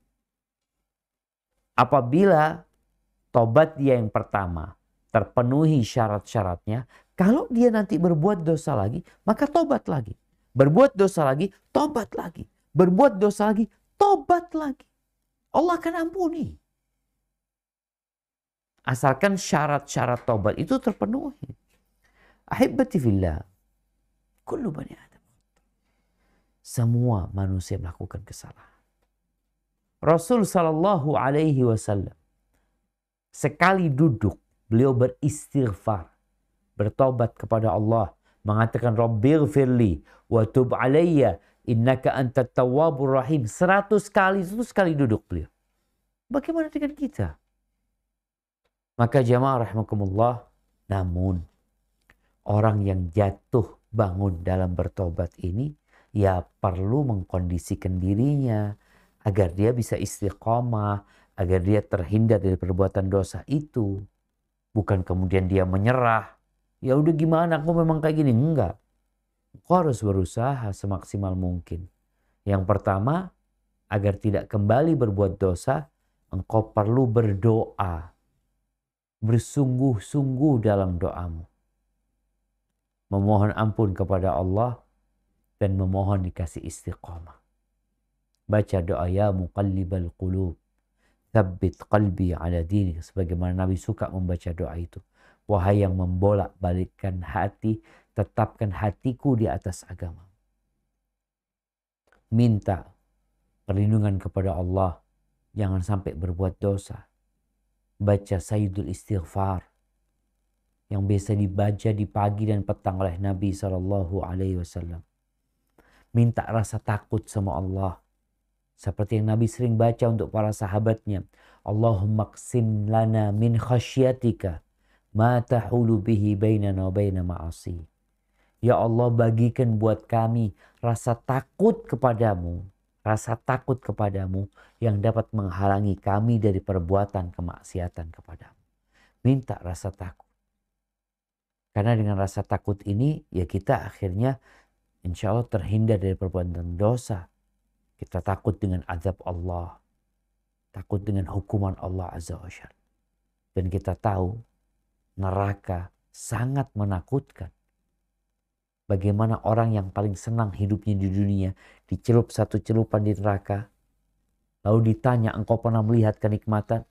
Apabila tobat dia yang pertama terpenuhi syarat-syaratnya, kalau dia nanti berbuat dosa lagi, maka tobat lagi. Berbuat dosa lagi, tobat lagi. berbuat dosa lagi, tobat lagi. Allah akan ampuni. Asalkan syarat-syarat tobat itu terpenuhi. Ahibbati fillah, kullu bani Adam. Semua manusia melakukan kesalahan. Rasul sallallahu alaihi wasallam sekali duduk, beliau beristighfar, bertobat kepada Allah, mengatakan Rabbighfirli wa tub alayya innaka antat tawwabur rahim. Seratus kali, itu sekali duduk beliau. Bagaimana dengan kita? Maka jamaah rahimakumullah, namun orang yang jatuh bangun dalam bertobat ini ya perlu mengkondisikan dirinya agar dia bisa istiqomah, agar dia terhindar dari perbuatan dosa itu. Bukan kemudian dia menyerah. Ya udah gimana, aku memang kayak gini. Enggak. Kau harus berusaha semaksimal mungkin. Yang pertama, agar tidak kembali berbuat dosa, engkau perlu berdoa. Bersungguh-sungguh dalam doamu. Memohon ampun kepada Allah dan memohon dikasih istiqamah. Baca doa ya muqallibal qulub, tsabbit qalbi ala dinik, sebagaimana Nabi suka membaca doa itu. Wahai yang membolak-balikkan hati, tetapkan hatiku di atas agama. Minta perlindungan kepada Allah, jangan sampai berbuat dosa. Baca Sayyidul Istighfar yang biasa dibaca di pagi dan petang oleh Nabi shallallahu alaihi wasallam. Minta rasa takut sama Allah. Seperti yang Nabi sering baca untuk para sahabatnya. Allahumma qsim lana min khasyatika ma tahulu bihi bainana wa baina ma'asi. Ya Allah, bagikan buat kami rasa takut kepadamu. Rasa takut kepadamu yang dapat menghalangi kami dari perbuatan kemaksiatan kepadamu. Minta rasa takut. Karena dengan rasa takut ini ya kita akhirnya insya Allah terhindar dari perbuatan dosa. Kita takut dengan azab Allah. Takut dengan hukuman Allah Azza wa Jalla. Dan kita tahu neraka sangat menakutkan. Bagaimana orang yang paling senang hidupnya di dunia dicelup satu celupan di neraka. Lalu ditanya, engkau pernah melihat kenikmatan?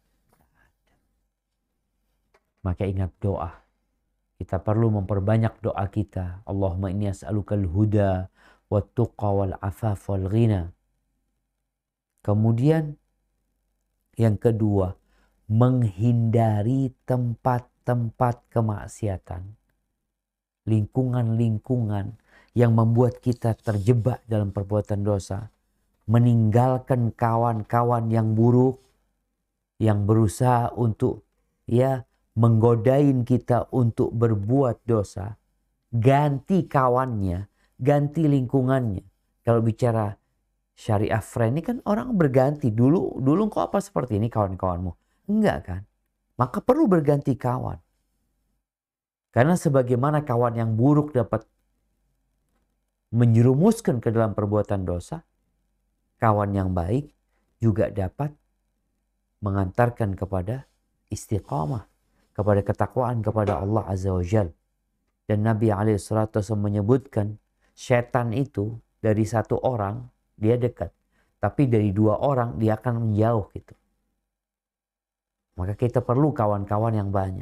Maka ingat doa. Kita perlu memperbanyak doa kita. Allahumma inni as'alukal huda wa tuqa wal afaf wal ghina. Kemudian yang kedua, menghindari tempat-tempat kemaksiatan. Lingkungan-lingkungan yang membuat kita terjebak dalam perbuatan dosa. Meninggalkan kawan-kawan yang buruk, yang berusaha untuk ya menggodain kita untuk berbuat dosa. Ganti kawannya, ganti lingkungannya. Kalau bicara syariah friend ini kan orang berganti. Dulu dulu kok apa seperti ini kawan-kawanmu? Enggak kan? Maka perlu berganti kawan. Karena sebagaimana kawan yang buruk dapat menjerumuskan ke dalam perbuatan dosa, kawan yang baik juga dapat mengantarkan kepada istiqamah, kepada ketakwaan kepada Allah Azza wa Jalla. Dan Nabi alaihi salatu wasallam menyebutkan setan itu dari satu orang dia dekat, tapi dari dua orang dia akan menjauh gitu. Maka kita perlu kawan-kawan yang banyak.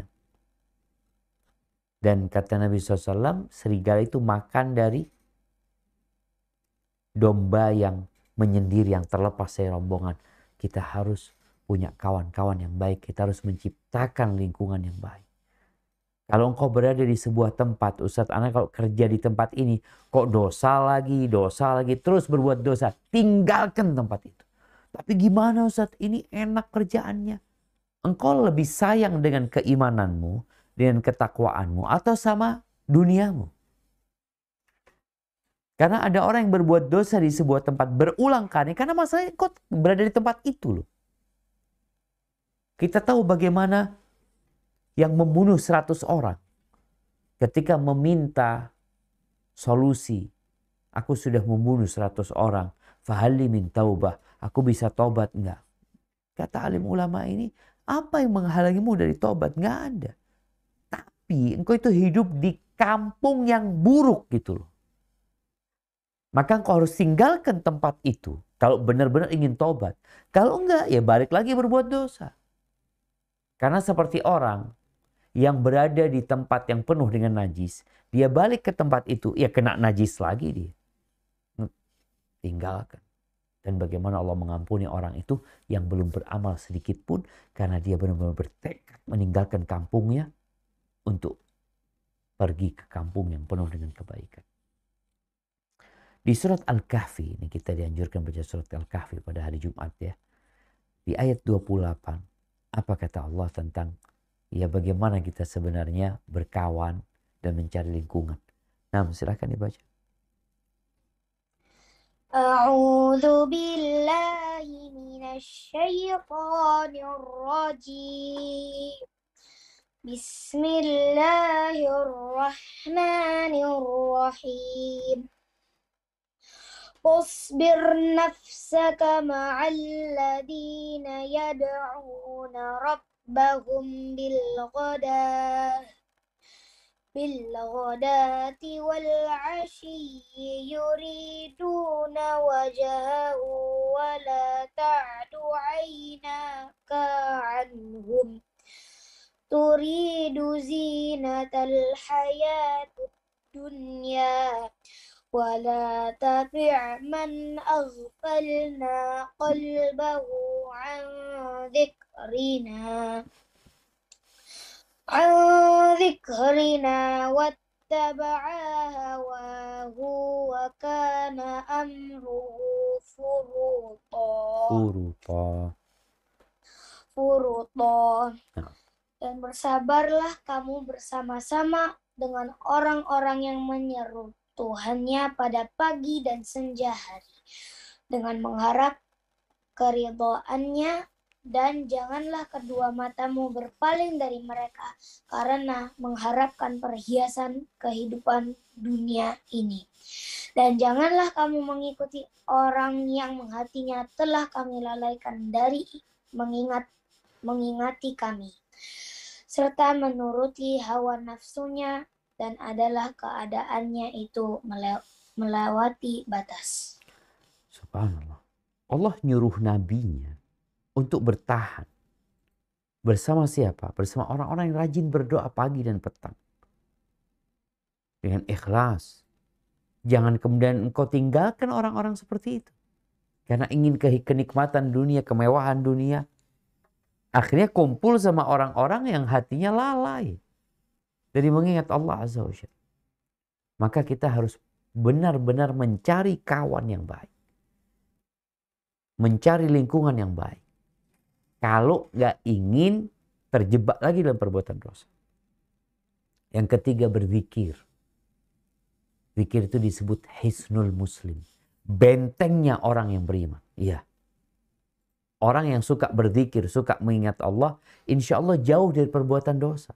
Dan kata Nabi shallallahu alaihi wasallam, serigala itu makan dari domba yang menyendiri, yang terlepas dari rombongan. Kita harus punya kawan-kawan yang baik. Kita harus menciptakan lingkungan yang baik. Kalau engkau berada di sebuah tempat, Ustadz, anak kalau kerja di tempat ini, kok dosa lagi, dosa lagi, terus berbuat dosa. Tinggalkan tempat itu. Tapi gimana Ustadz, ini enak kerjaannya. Engkau lebih sayang dengan keimananmu, dengan ketakwaanmu, atau sama duniamu. Karena ada orang yang berbuat dosa di sebuah tempat berulang kali, karena masalahnya kau berada di tempat itu loh. Kita tahu bagaimana yang membunuh seratus orang ketika meminta solusi. Aku sudah membunuh seratus orang. Fahali min taubah. Aku bisa tobat enggak? Kata alim ulama ini, apa yang menghalangimu dari tobat? Enggak ada. Tapi engkau itu hidup di kampung yang buruk gitu loh. Maka engkau harus tinggalkan tempat itu kalau benar-benar ingin tobat. Kalau enggak, ya balik lagi berbuat dosa. Karena seperti orang yang berada di tempat yang penuh dengan najis, dia balik ke tempat itu, ya kena najis lagi dia. Tinggalkan. Dan bagaimana Allah mengampuni orang itu yang belum beramal sedikit pun, karena dia benar-benar bertekad meninggalkan kampungnya untuk pergi ke kampung yang penuh dengan kebaikan. Di surat Al-Kahfi, ini kita dianjurkan baca surat Al-Kahfi pada hari Jumat ya. Di ayat dua puluh delapan, apa kata Allah tentang ya bagaimana kita sebenarnya berkawan dan mencari lingkungan. Nah, silakan dibaca. A'udzu billahi minasy syaithanir rajim. Bismillahirrahmanirrahim. واصبر نفسك مع الذين يدعون ربهم بالغداة بالغداة والعشي يريدون وجهه ولا تعد عيناك عنهم تريد زينة الحياة الدنيا ولا تطع من أغفلنا قلبه عن ذكرنا عن ذكرنا واتبع هواه وكان أمره فرطا Furuta. فرطا Nah. Dan bersabarlah kamu bersama-sama dengan orang-orang yang menyeru Tuhannya pada pagi dan senja hari dengan mengharap keridhaannya, dan janganlah kedua matamu berpaling dari mereka karena mengharapkan perhiasan kehidupan dunia ini. Dan janganlah kamu mengikuti orang yang hatinya telah kami lalaikan dari mengingat mengingati kami, serta menuruti hawa nafsunya, dan adalah keadaannya itu melewati batas. Subhanallah. Allah nyuruh nabinya untuk bertahan. Bersama siapa? Bersama orang-orang yang rajin berdoa pagi dan petang. Dengan ikhlas. Jangan kemudian engkau tinggalkan orang-orang seperti itu. Karena ingin ke kenikmatan dunia, kemewahan dunia. Akhirnya kumpul sama orang-orang yang hatinya lalai dari mengingat Allah Azza wa Jalla. Maka kita harus benar-benar mencari kawan yang baik. Mencari lingkungan yang baik. Kalau gak ingin terjebak lagi dalam perbuatan dosa. Yang ketiga, berzikir. Zikir itu disebut hisnul muslim. Bentengnya orang yang beriman. Iya. Orang yang suka berzikir, suka mengingat Allah, insya Allah jauh dari perbuatan dosa.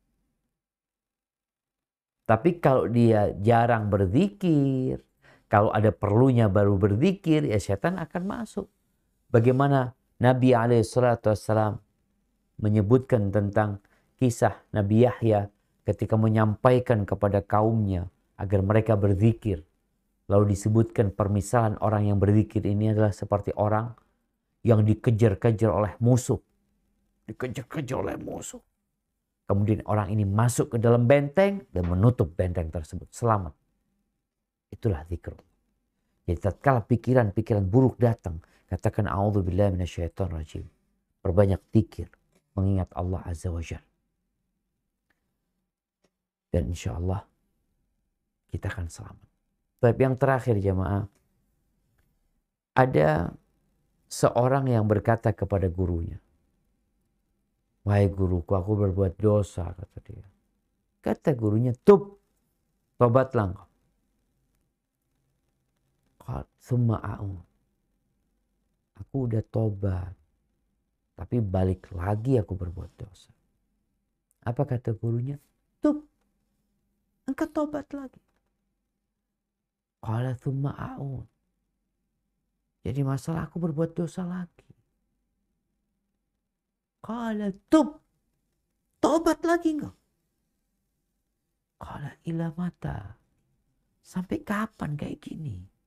Tapi kalau dia jarang berzikir, kalau ada perlunya baru berzikir, ya setan akan masuk. Bagaimana Nabi alaihi salatu wassalam menyebutkan tentang kisah Nabi Yahya ketika menyampaikan kepada kaumnya agar mereka berzikir. Lalu disebutkan permisalan orang yang berzikir ini adalah seperti orang yang dikejar-kejar oleh musuh. Dikejar-kejar oleh musuh. Kemudian orang ini masuk ke dalam benteng dan menutup benteng tersebut. Selamat. Itulah zikr. Jadi tatkala pikiran-pikiran buruk datang, katakan a'udzubillahi minasyaitonir rajim. Perbanyak zikir, mengingat Allah Azza wa Jalla. Dan insya Allah kita akan selamat. Tapi yang terakhir jamaah, ada seorang yang berkata kepada gurunya, "Wahai guruku, aku berbuat dosa," kata dia. Kata gurunya, "Tub, tobatlah engkau." Summa a'ud. Aku udah tobat, tapi balik lagi aku berbuat dosa. Apa kata gurunya? Tub, engkau tobat lagi. Qala summa a'ud. Jadi masalah aku berbuat dosa lagi. Qala tub, tobat lagi enggak? Qala ila mata. Sampai kapan kayak gini?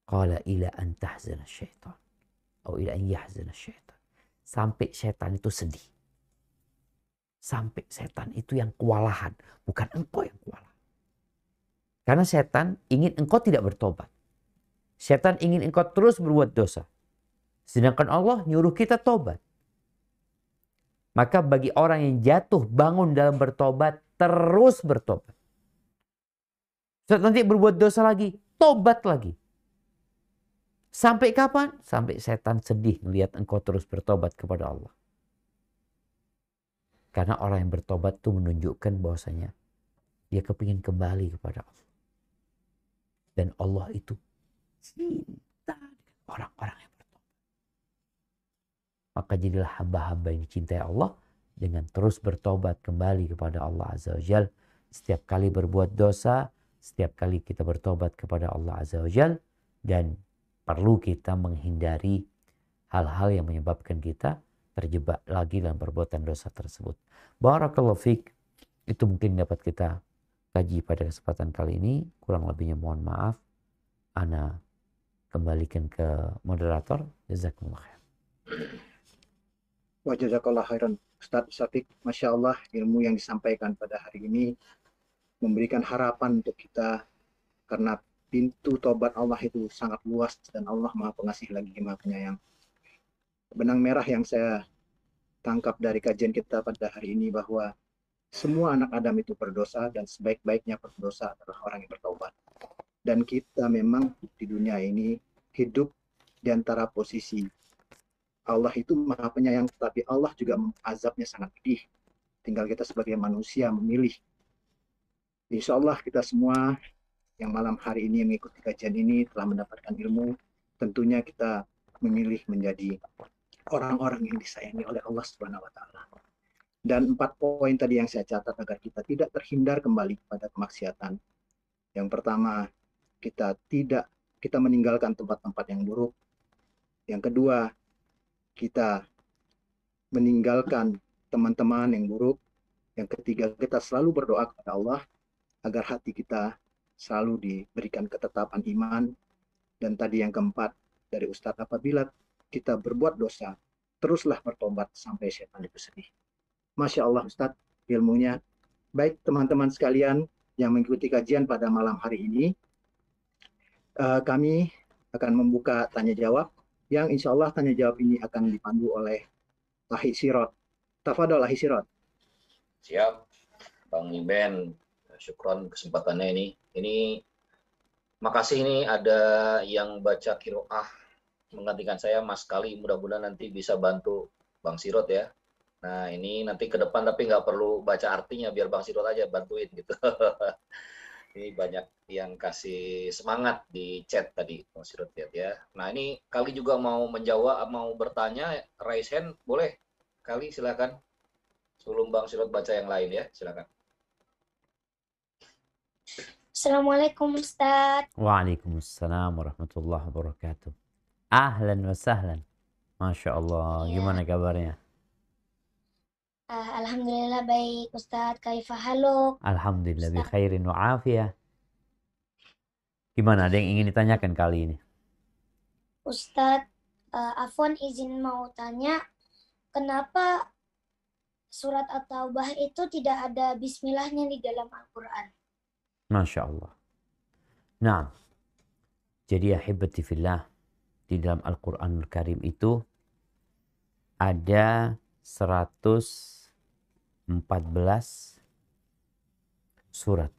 Qala ila an tahzana syaitan. Atau ila an yahzana syaitan. Sampai setan itu sedih. Sampai setan itu yang kewalahan. Bukan engkau yang kewalahan. Karena setan ingin engkau tidak bertobat. Setan ingin engkau terus berbuat dosa. Sedangkan Allah nyuruh kita tobat. Maka bagi orang yang jatuh bangun dalam bertobat, terus bertobat. Saat nanti berbuat dosa lagi, tobat lagi. Sampai kapan? Sampai setan sedih melihat engkau terus bertobat kepada Allah. Karena orang yang bertobat itu menunjukkan bahwasanya dia kepingin kembali kepada Allah. Dan Allah itu cinta dengan orang-orang yang bertobat. Maka jadilah hamba-hamba yang dicintai Allah dengan terus bertobat kembali kepada Allah Azza wa Jal. Setiap kali berbuat dosa, setiap kali kita bertobat kepada Allah Azza wa Jal. Dan perlu kita menghindari hal-hal yang menyebabkan kita terjebak lagi dalam perbuatan dosa tersebut. Barakallahu fiik. Itu mungkin dapat kita kaji pada kesempatan kali ini. Kurang lebihnya mohon maaf. Ana kembalikan ke moderator. Jazakumullah khair. Wa jazakallah khairan Ustadz Syafiq. Masya Allah, ilmu yang disampaikan pada hari ini memberikan harapan untuk kita, karena pintu tobat Allah itu sangat luas dan Allah Maha Pengasih lagi Maha Penyayang. Benang merah yang saya tangkap dari kajian kita pada hari ini bahwa semua anak Adam itu berdosa dan sebaik-baiknya berdosa adalah orang yang bertobat. Dan kita memang di dunia ini hidup di antara posisi Allah itu Maha Penyayang, tapi Allah juga azabnya sangat pedih. Tinggal kita sebagai manusia memilih. Insya Allah kita semua yang malam hari ini mengikuti kajian ini telah mendapatkan ilmu. Tentunya kita memilih menjadi orang-orang yang disayangi oleh Allah Subhanahu wa Ta'ala. Dan empat poin tadi yang saya catat agar kita tidak terhindar kembali pada kemaksiatan. Yang pertama, kita tidak kita meninggalkan tempat-tempat yang buruk. Yang kedua, kita meninggalkan teman-teman yang buruk. Yang ketiga, kita selalu berdoa kepada Allah agar hati kita selalu diberikan ketetapan iman. Dan tadi yang keempat dari Ustadz, apabila kita berbuat dosa, teruslah bertobat sampai setan itu sedih. Masya Allah Ustadz, ilmunya. Baik teman-teman sekalian yang mengikuti kajian pada malam hari ini, uh, kami akan membuka tanya jawab, yang insya Allah tanya jawab ini akan dipandu oleh Ahi Sirot. Tafadol Ahi Sirot. Siap, Bang Iben. Syukron kesempatannya ini. Ini makasih ini ada yang baca kiroah menggantikan saya, Mas Kali. Mudah-mudahan nanti bisa bantu Bang Sirot ya. Nah ini nanti ke depan tapi nggak perlu baca artinya, biar Bang Sirot aja bantuin gitu. Ini banyak yang kasih semangat di chat tadi Bang Sirot lihat ya. Nah ini Kali juga mau menjawab, mau bertanya, raise hand boleh. Kali silakan. Sebelum Bang Sirot baca yang lain ya, silakan. Assalamualaikum Ustadz. Waalaikumsalam warahmatullahi wabarakatuh. Ahlan wa sahlan. Masya Allah. Ya. Gimana kabarnya? Uh, Alhamdulillah baik Ustadz. Kaifa haluk? Alhamdulillah bi Ustadz. khairin wa afiyah. Gimana, ada yang ingin ditanyakan kali ini? Ustadz, uh, Afwan izin mau tanya, kenapa surat At-Taubah itu tidak ada bismillahnya di dalam Al-Quran? Masya Allah. Nah, jadi ahibati fillah, di dalam Al-Quranul Karim itu ada seratus empat belas surat.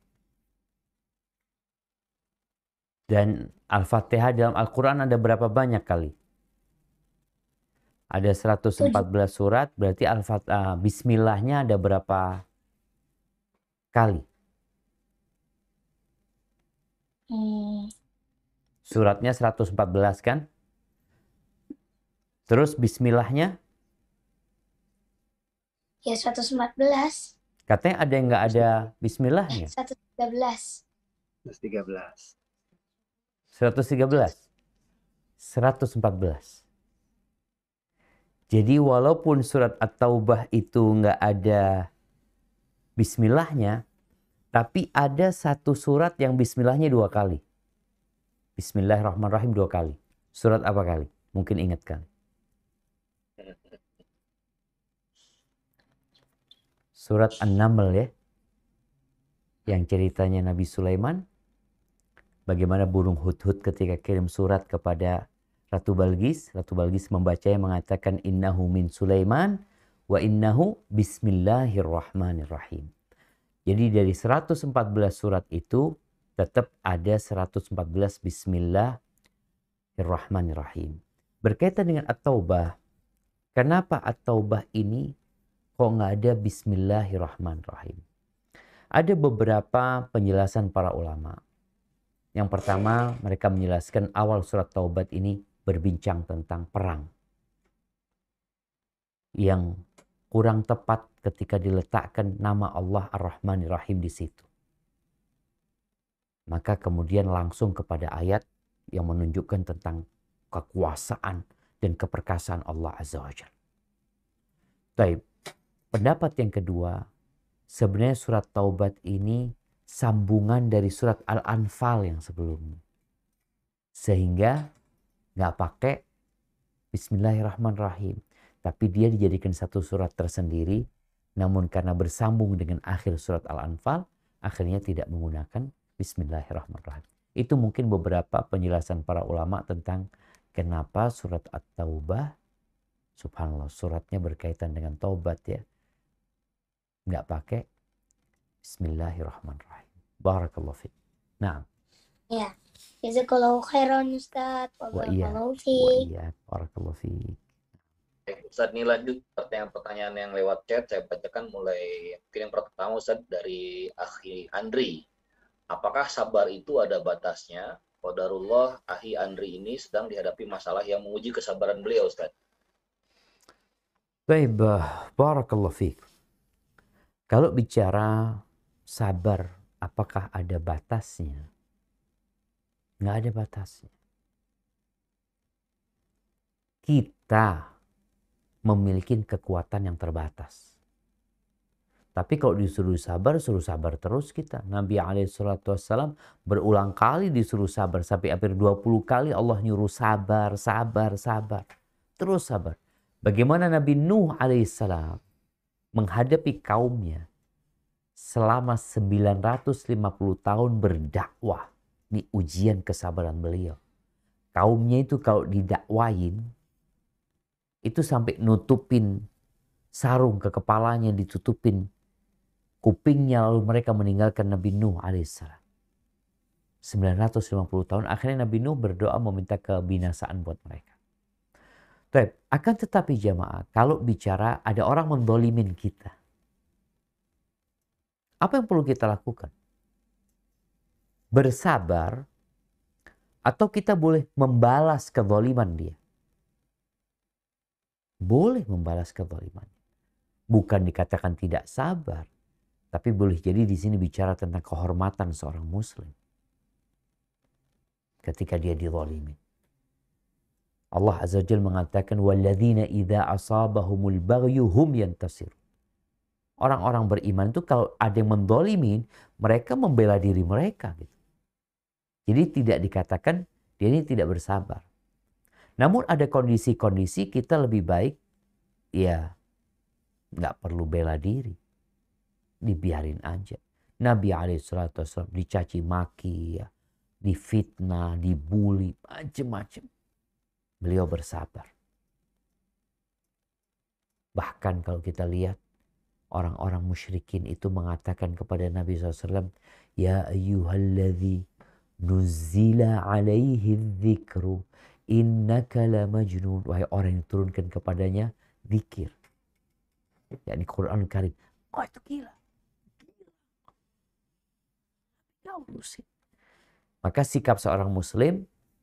Dan Al-Fatihah dalam Al-Quran ada berapa banyak kali? Ada seratus empat belas surat, berarti Al-Fatihah bismillahnya ada berapa kali? Hmm. Suratnya seratus empat belas kan? Terus bismillahnya? Ya seratus empat belas. Katanya ada yang nggak ada bismillahnya. seratus tiga belas. seratus tiga belas. seratus tiga belas. seratus empat belas. Jadi walaupun surat At-Taubah itu nggak ada bismillahnya, tapi ada satu surat yang bismillahnya dua kali. Bismillahirrahmanirrahim dua kali. Surat apa kali? Mungkin ingat kali. Surat An-Naml ya. Yang ceritanya Nabi Sulaiman. Bagaimana burung hudhud ketika kirim surat kepada Ratu Balqis. Ratu Balqis membacanya mengatakan innahu min Sulaiman wa innahu bismillahirrahmanirrahim. Jadi dari seratus empat belas surat itu tetap ada seratus empat belas bismillahirrahmanirrahim. Berkaitan dengan At-Taubah. Kenapa At-Taubah ini kok nggak ada bismillahirrahmanirrahim? Ada beberapa penjelasan para ulama. Yang pertama, mereka menjelaskan awal surat Taubat ini berbincang tentang perang. Yang kurang tepat ketika diletakkan nama Allah Ar-Rahmanir-Rahim di situ. Maka kemudian langsung kepada ayat yang menunjukkan tentang kekuasaan dan keperkasaan Allah Azza wa Jalla. Baik, pendapat yang kedua, sebenarnya surat Taubat ini sambungan dari surat Al-Anfal yang sebelumnya. Sehingga nggak pakai Bismillahirrahmanirrahim. Tapi dia dijadikan satu surat tersendiri. Namun karena bersambung dengan akhir surat Al-Anfal, akhirnya tidak menggunakan Bismillahirrahmanirrahim. Itu mungkin beberapa penjelasan para ulama tentang kenapa surat At-Taubah, subhanallah, suratnya berkaitan dengan taubat ya, nggak pakai Bismillahirrahmanirrahim. Barakallahu fiik. Nah. Ya. Jazakallahu khairan Ustaz. Wa iya. Barakallahu Wa fiik. iya. Barakallahu fiik. Ustaz, ini lanjut pertanyaan-pertanyaan yang lewat chat. Saya bacakan mulai mungkin yang pertama Ustaz dari Akhi Andri. Apakah sabar itu ada batasnya? Qadarullah, Akhi Andri ini sedang dihadapi masalah yang menguji kesabaran beliau, Ustaz. Baik, barakallahu fiik. Kalau bicara sabar, apakah ada batasnya? Nggak ada batasnya. Kita memiliki kekuatan yang terbatas. Tapi kalau disuruh sabar, suruh sabar terus kita. Nabi alaihi salatu wassalam berulang kali disuruh sabar. Sampai hampir dua puluh kali Allah nyuruh sabar, sabar, sabar. Terus sabar. Bagaimana Nabi Nuh alaihissalam menghadapi kaumnya selama sembilan ratus lima puluh tahun berdakwah. Ini ujian kesabaran beliau. Kaumnya itu kalau didakwain, itu sampai nutupin sarung ke kepalanya, ditutupin kupingnya, lalu mereka meninggalkan Nabi Nuh alaihissalam. sembilan ratus lima puluh tahun, akhirnya Nabi Nuh berdoa meminta kebinasaan buat mereka. Baik, akan tetapi jamaah, kalau bicara ada orang mendolimin kita, apa yang perlu kita lakukan? Bersabar, atau kita boleh membalas kezaliman dia? Boleh membalas kezaliman. Bukan dikatakan tidak sabar, tapi boleh jadi di sini bicara tentang kehormatan seorang muslim ketika dia dizalimi. Allah Azza wa Jalla mengatakan walladzina idza asabahumul baghyu hum yantasir. Orang-orang beriman itu kalau ada yang mendolimin, mereka membela diri mereka gitu. Jadi tidak dikatakan dia ini tidak bersabar. Namun ada kondisi-kondisi kita lebih baik ya nggak perlu bela diri. Dibiarin aja. Nabi alaihi salatu wasallam dicaci maki ya, difitnah, dibully, macam-macam. Beliau bersabar. Bahkan kalau kita lihat orang-orang musyrikin itu mengatakan kepada Nabi shallallahu alaihi wasallam, ya ayyuhalladzi nuzila alaihi dzikru innaka la majnun. Wahai orang yang turunkan kepadanya zikir, yakni Quran Karim. Oh itu gila. Gila. Urusin. Maka sikap seorang muslim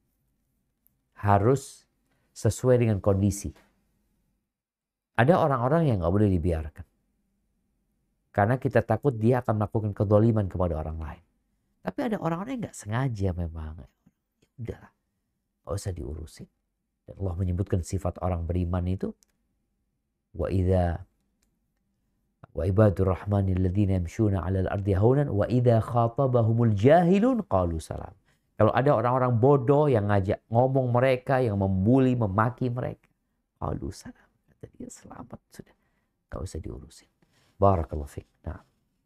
harus sesuai dengan kondisi. Ada orang-orang yang nggak boleh dibiarkan. Karena kita takut dia akan melakukan kezaliman kepada orang lain. Tapi ada orang-orang yang nggak sengaja memang. Ya udah, nggak usah diurusin. Dan Allah menyebutkan sifat orang beriman itu. Wa idza wa ibadur rahmanil ladzina yamshuna 'alal ardi haunan wa idza khatabahumul jahilun qalu salam. Kalau ada orang-orang bodoh yang ngajak ngomong mereka, yang membuli, memaki mereka, qalu salam, kata dia selamat sudah, gak usah diurusin. Barakallahu fiik. Nah.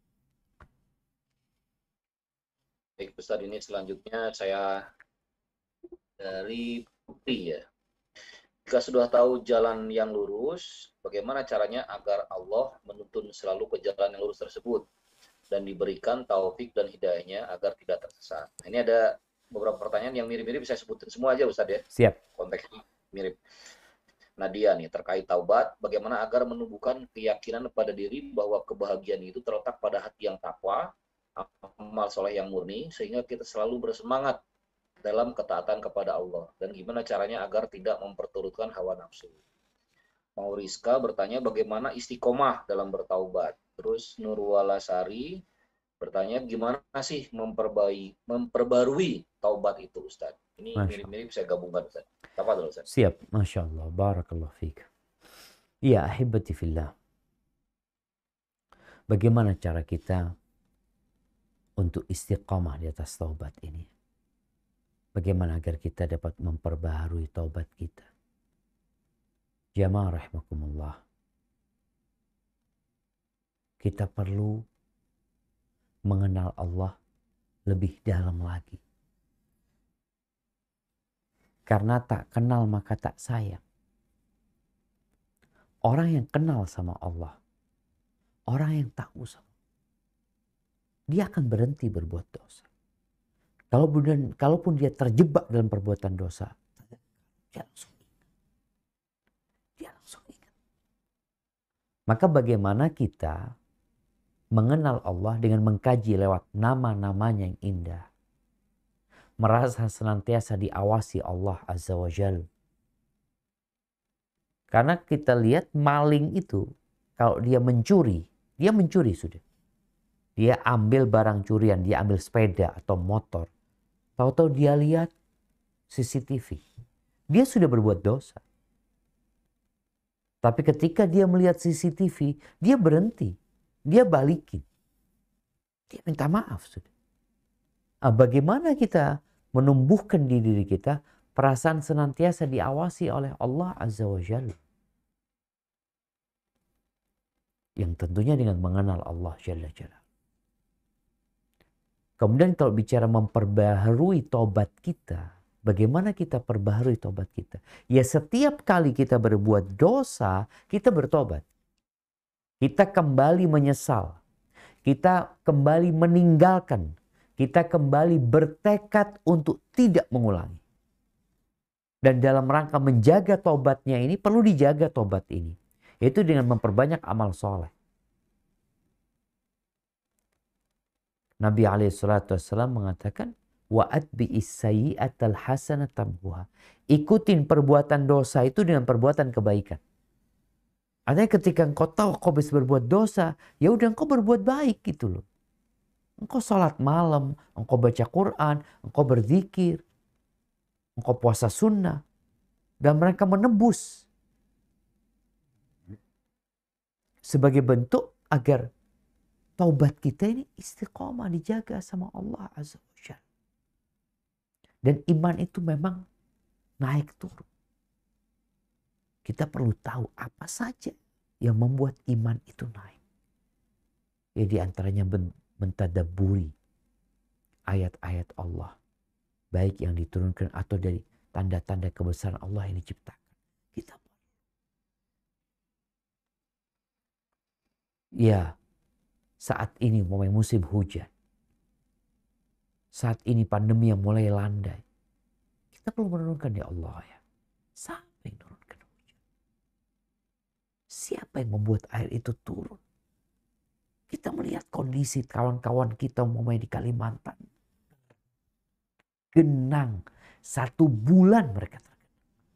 Baik Ustaz, ini selanjutnya saya dari Putri ya. Jika sudah tahu jalan yang lurus, bagaimana caranya agar Allah menuntun selalu ke jalan yang lurus tersebut dan diberikan taufik dan hidayahnya agar tidak tersesat. Nah, ini ada beberapa pertanyaan yang mirip-mirip, saya sebutin semua aja Ustaz ya. Siap. Konteksnya mirip. Nadia nih terkait taubat, bagaimana agar menumbuhkan keyakinan pada diri bahwa kebahagiaan itu terletak pada hati yang takwa, amal soleh yang murni, sehingga kita selalu bersemangat dalam ketaatan kepada Allah, dan gimana caranya agar tidak memperturutkan hawa nafsu. Mau Rizka bertanya bagaimana istiqomah dalam bertaubat. Terus Nurwalasari bertanya gimana sih memperbaiki, memperbarui taubat itu Ustaz. Ini mirip-mirip saya gabungkan Ustaz. Apa dulu Ustaz? Siap, Masya Allah, barakallahu fiik. Ya ahibati fillah. Bagaimana cara kita untuk istiqamah di atas taubat ini? Bagaimana agar kita dapat memperbaharui taubat kita? Jamaah rahimakumullah. Kita perlu mengenal Allah lebih dalam lagi. Karena tak kenal maka tak sayang. Orang yang kenal sama Allah, orang yang tahu sama Allah, dia akan berhenti berbuat dosa. Kalaupun, kalaupun dia terjebak dalam perbuatan dosa, dia langsung ingat. Dia langsung ingat. Maka bagaimana kita mengenal Allah dengan mengkaji lewat nama-namanya yang indah. Merasa senantiasa diawasi Allah Azza wa Jalla. Karena kita lihat maling itu, kalau dia mencuri, dia mencuri sudah. Dia ambil barang curian, dia ambil sepeda atau motor. Tahu-tahu dia lihat C C T V. Dia sudah berbuat dosa. Tapi ketika dia melihat C C T V, dia berhenti. Dia balikin. Dia minta maaf sudah. Nah, bagaimana kita menumbuhkan di diri kita perasaan senantiasa diawasi oleh Allah Azza wa Jalla. Yang tentunya dengan mengenal Allah Jalla Jalla. Kemudian kalau bicara memperbaharui tobat kita, bagaimana kita perbaharui tobat kita? Ya setiap kali kita berbuat dosa, kita bertobat. Kita kembali menyesal. Kita kembali meninggalkan. Kita kembali bertekad untuk tidak mengulangi. Dan dalam rangka menjaga tobatnya ini, perlu dijaga tobat ini. Yaitu dengan memperbanyak amal soleh. Nabi alaihi salatu wassalam mengatakan, wa atbi'is sayyi'atal hasanata tamhuha. Ikutin perbuatan dosa itu dengan perbuatan kebaikan. Artinya ketika engkau tahu engkau bisa berbuat dosa, ya udah engkau berbuat baik gitu loh. Engkau sholat malam, engkau baca Quran, engkau berzikir, engkau puasa sunnah, dan mereka menebus sebagai bentuk agar taubat kita ini istiqomah, dijaga sama Allah Azza wa Jalla. Dan iman itu memang naik turun. Kita perlu tahu apa saja yang membuat iman itu naik. Ya di antaranya mentadabburi ayat-ayat Allah. Baik yang diturunkan atau dari tanda-tanda kebesaran Allah yang diciptakan. Kita ya saat ini mulai musim hujan. Saat ini pandemi yang mulai landai. Kita perlu menurunkan ya Allah ya. Siapa yang menurunkan hujan? Siapa yang membuat air itu turun? Kita melihat kondisi kawan-kawan kita mulai di Kalimantan. Genang. Satu bulan mereka tergenang.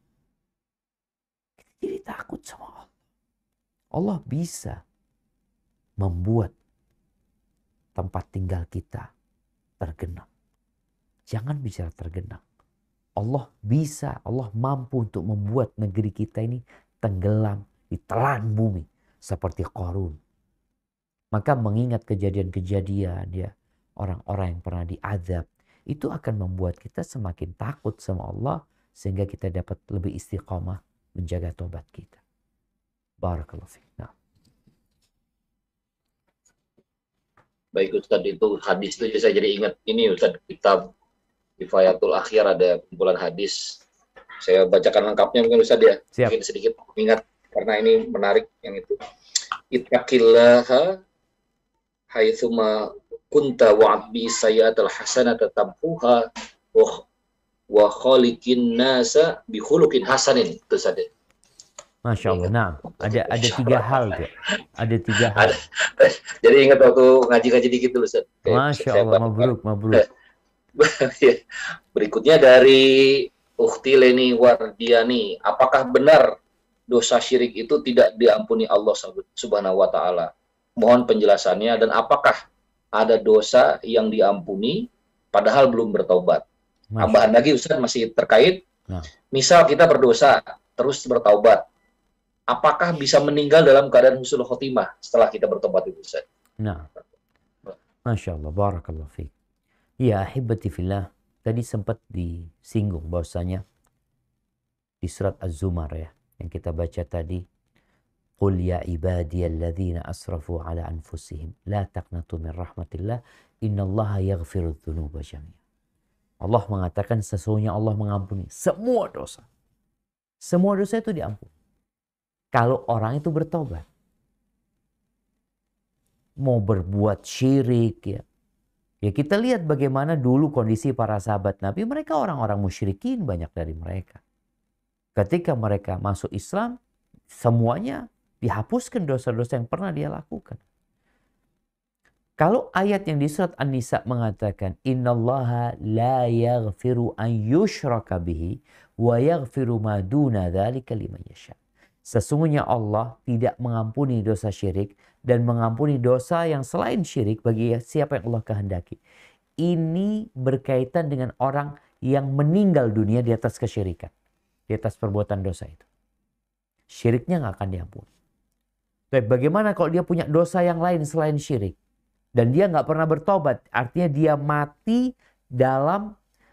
Kita jadi takut sama Allah. Allah bisa membuat tempat tinggal kita tergenang. Jangan bicara tergenang. Allah bisa, Allah mampu untuk membuat negeri kita ini tenggelam, ditelan bumi seperti Qarun. Maka mengingat kejadian-kejadian ya, orang-orang yang pernah diazab itu akan membuat kita semakin takut sama Allah sehingga kita dapat lebih istiqamah menjaga tobat kita. Barakallahu fiik. Nah. Baik Ustaz, itu hadis itu saya jadi ingat ini Ustaz, kitab Kifayatul Akhir ada kumpulan hadis. Saya bacakan lengkapnya mungkin Ustaz ya. Siap. Mungkin sedikit ingat karena ini menarik yang itu. Ittaqillaha haitsuma kunta wa'bi sayyatal hasanata tamhuha wa wa khaliqin nasa bi khuluqin hasanin. Itu Ustaz. Masya Allah. Nah, ada ada tiga hal tuh. Ada tiga hal. Jadi ingat waktu ngaji-ngaji dikit dulu Ustaz. Masya Allah, mabruk, mabruk. Berikutnya dari Ukhti Leni Wardiani, apakah benar dosa syirik itu tidak diampuni Allah Subhanahu wa taala? Mohon penjelasannya, dan apakah ada dosa yang diampuni padahal belum bertaubat? Tambahan lagi Ustaz masih terkait. Nah. Misal kita berdosa terus bertaubat, apakah bisa meninggal dalam keadaan husnul khotimah setelah kita bertobat itu Ustaz? Nah. Masya Allah, barakallahu fiik. Ya, ahibati fillah, tadi sempat disinggung bahwasanya di surat Az-Zumar ya, yang kita baca tadi, Qul ya ibadiyalladzina asrafu ala anfusihim la taqnatu min rahmatillah innallaha yaghfiru dzunuba jami'a. Allah mengatakan sesungguhnya Allah mengampuni semua dosa. Semua dosa itu diampuni kalau orang itu bertobat. Mau berbuat syirik ya. Ya kita lihat bagaimana dulu kondisi para sahabat Nabi, mereka orang-orang musyrikin banyak dari mereka. Ketika mereka masuk Islam, semuanya dihapuskan dosa-dosa yang pernah dia lakukan. Kalau ayat yang di surat An-Nisa mengatakan innallaha la yaghfiru an yushraka bihi wa yaghfiru ma duna dzalika liman yasha. Sesungguhnya Allah tidak mengampuni dosa syirik dan mengampuni dosa yang selain syirik bagi siapa yang Allah kehendaki. Ini berkaitan dengan orang yang meninggal dunia di atas kesyirikan, di atas perbuatan dosa itu. Syiriknya nggak akan diampuni. Tapi bagaimana kalau dia punya dosa yang lain selain syirik dan dia nggak pernah bertobat? Artinya dia mati dalam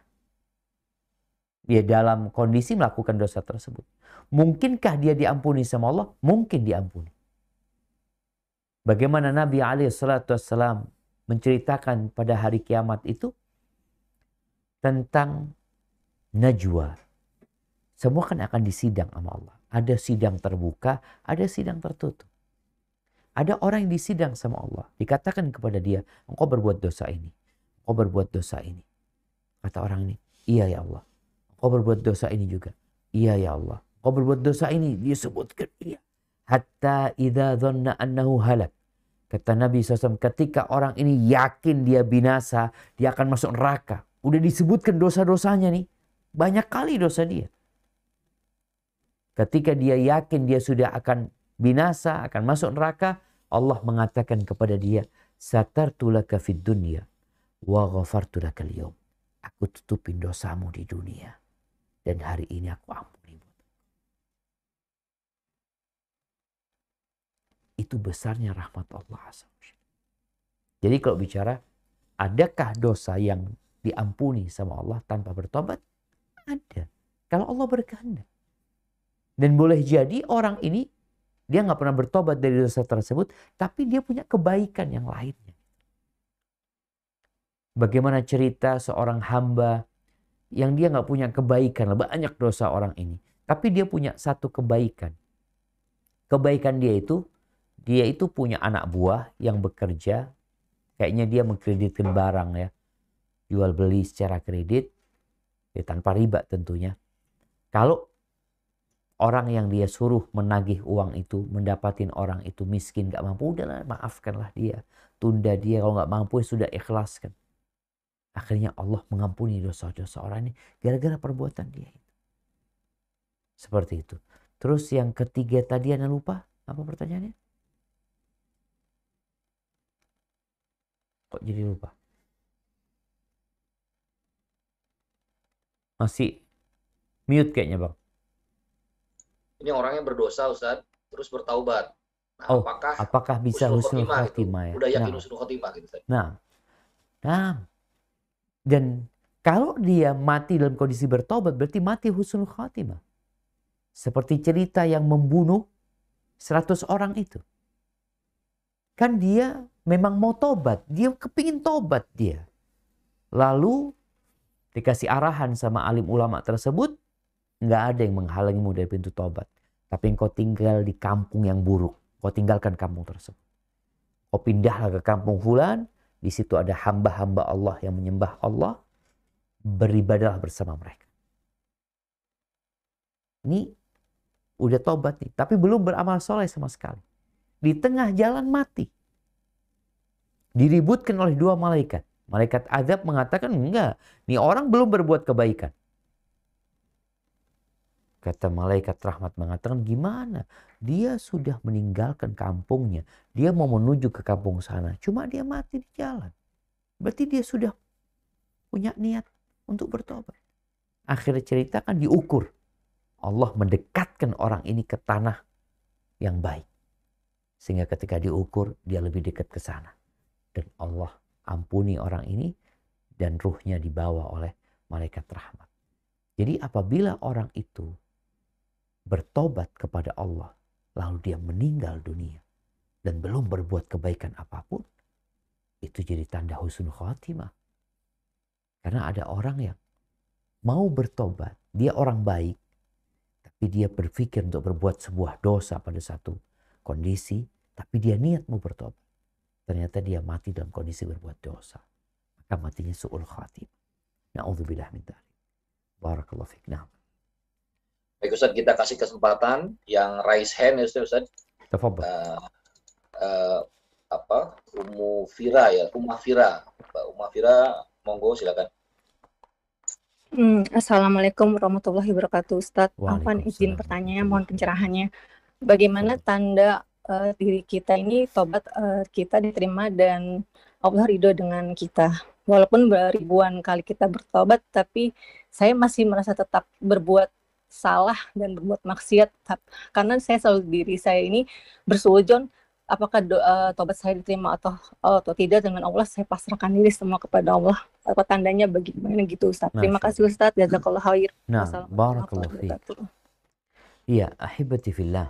dia dalam kondisi melakukan dosa tersebut. Mungkinkah dia diampuni sama Allah? Mungkin diampuni. Bagaimana Nabi alaihi salatu wassalam menceritakan pada hari kiamat itu tentang najwa. Semua kan akan disidang sama Allah. Ada sidang terbuka, ada sidang tertutup. Ada orang yang disidang sama Allah. Dikatakan kepada dia, engkau berbuat dosa ini. Engkau berbuat dosa ini. Kata orang ini, iya ya Allah. Engkau berbuat dosa ini juga. Iya ya Allah. Engkau berbuat dosa ini. Disebutkan iya. Hatta idza dhanna annahu halak. Kata Nabi shallallahu alaihi wasallam, ketika orang ini yakin dia binasa, dia akan masuk neraka. Udah disebutkan dosa-dosanya nih. Banyak kali dosa dia. Ketika dia yakin dia sudah akan binasa, akan masuk neraka, Allah mengatakan kepada dia, satartu laka fid dunya wa ghafartu lakal yaum. Aku tutupin dosamu di dunia dan hari ini aku ampuni. Itu besarnya rahmat Allah. Jadi kalau bicara, adakah dosa yang diampuni sama Allah tanpa bertobat? Ada. Kalau Allah berkehendak. Dan boleh jadi orang ini, dia nggak pernah bertobat dari dosa tersebut, tapi dia punya kebaikan yang lainnya. Bagaimana cerita seorang hamba yang dia nggak punya kebaikan, banyak dosa orang ini. Tapi dia punya satu kebaikan. Kebaikan dia itu, dia itu punya anak buah yang bekerja, kayaknya dia mengkreditkan barang ya, jual beli secara kredit, ya tanpa riba tentunya. Kalau orang yang dia suruh menagih uang itu, mendapatin orang itu miskin, gak mampu, udahlah maafkanlah dia. Tunda dia, kalau gak mampu sudah ikhlaskan. Akhirnya Allah mengampuni dosa-dosa orang ini gara-gara perbuatan dia itu. Seperti itu. Terus yang ketiga tadi Anda lupa, apa pertanyaannya? Kok jadi lupa? Masih mute kayaknya Bang. Ini orangnya berdosa Ustaz, terus bertaubat. Nah, oh, apakah, apakah bisa husnul khotimah ya? Udah yakin nah. husnul khotimah gitu Ustaz. Nah, nah, dan Kalau dia mati dalam kondisi bertobat, berarti mati husnul khatimah. Seperti cerita yang membunuh seratus orang itu. Kan dia memang mau tobat. Dia kepingin tobat dia. Lalu dikasih arahan sama alim ulama tersebut. Nggak ada yang menghalangimu dari pintu tobat. Tapi engkau tinggal di kampung yang buruk. Kau tinggalkan kampung tersebut. Kau pindahlah ke kampung fulan. Di situ ada hamba-hamba Allah yang menyembah Allah. Beribadahlah bersama mereka. Ini udah tobat nih. Tapi belum beramal soleh sama sekali. Di tengah jalan mati. Diributkan oleh dua malaikat. Malaikat azab mengatakan, enggak. Ini orang belum berbuat kebaikan. Kata malaikat rahmat mengatakan, gimana? Dia sudah meninggalkan kampungnya. Dia mau menuju ke kampung sana. Cuma dia mati di jalan. Berarti dia sudah punya niat untuk bertobat. Akhirnya cerita kan diukur. Allah mendekatkan orang ini ke tanah yang baik. Sehingga ketika diukur, dia lebih dekat ke sana. Dan Allah ampuni orang ini dan ruhnya dibawa oleh malaikat rahmat. Jadi apabila orang itu bertobat kepada Allah, lalu dia meninggal dunia dan belum berbuat kebaikan apapun, itu jadi tanda husnul khatimah. Karena ada orang yang mau bertobat, dia orang baik, tapi dia berpikir untuk berbuat sebuah dosa pada satu kondisi, tapi dia niat mau bertobat. Ternyata dia mati dalam kondisi berbuat dosa. Maka matinya su'ul khatimah. Na'udzubillah min dzalik. Barakallahu fiik. Nah. Baik Ustaz, kita kasih kesempatan yang raise hand ya Ustaz. Ustaz. Tafadhol. Uh, uh, apa? Ummu Fira ya, Ummah Fira. Mbak Ummah Fira, monggo silakan. Hmm, Assalamualaikum warahmatullahi wabarakatuh, Ustadz. Afwan izin pertanyaannya, mohon pencerahannya. Bagaimana tanda uh, diri kita ini tobat uh, kita diterima dan Allah ridho dengan kita? Walaupun ribuan kali kita bertobat, tapi saya masih merasa tetap berbuat salah dan berbuat maksiat. Karena saya selalu diri saya ini bersuudzon, apakah doa tobat saya diterima atau atau tidak dengan Allah, saya pasrahkan diri semua kepada Allah. Apa tandanya bagaimana gitu Ustaz? Terima kasih Ustaz, jazakallahu khair. Nah, barakallahu fiik. Iya, ahibati fillah.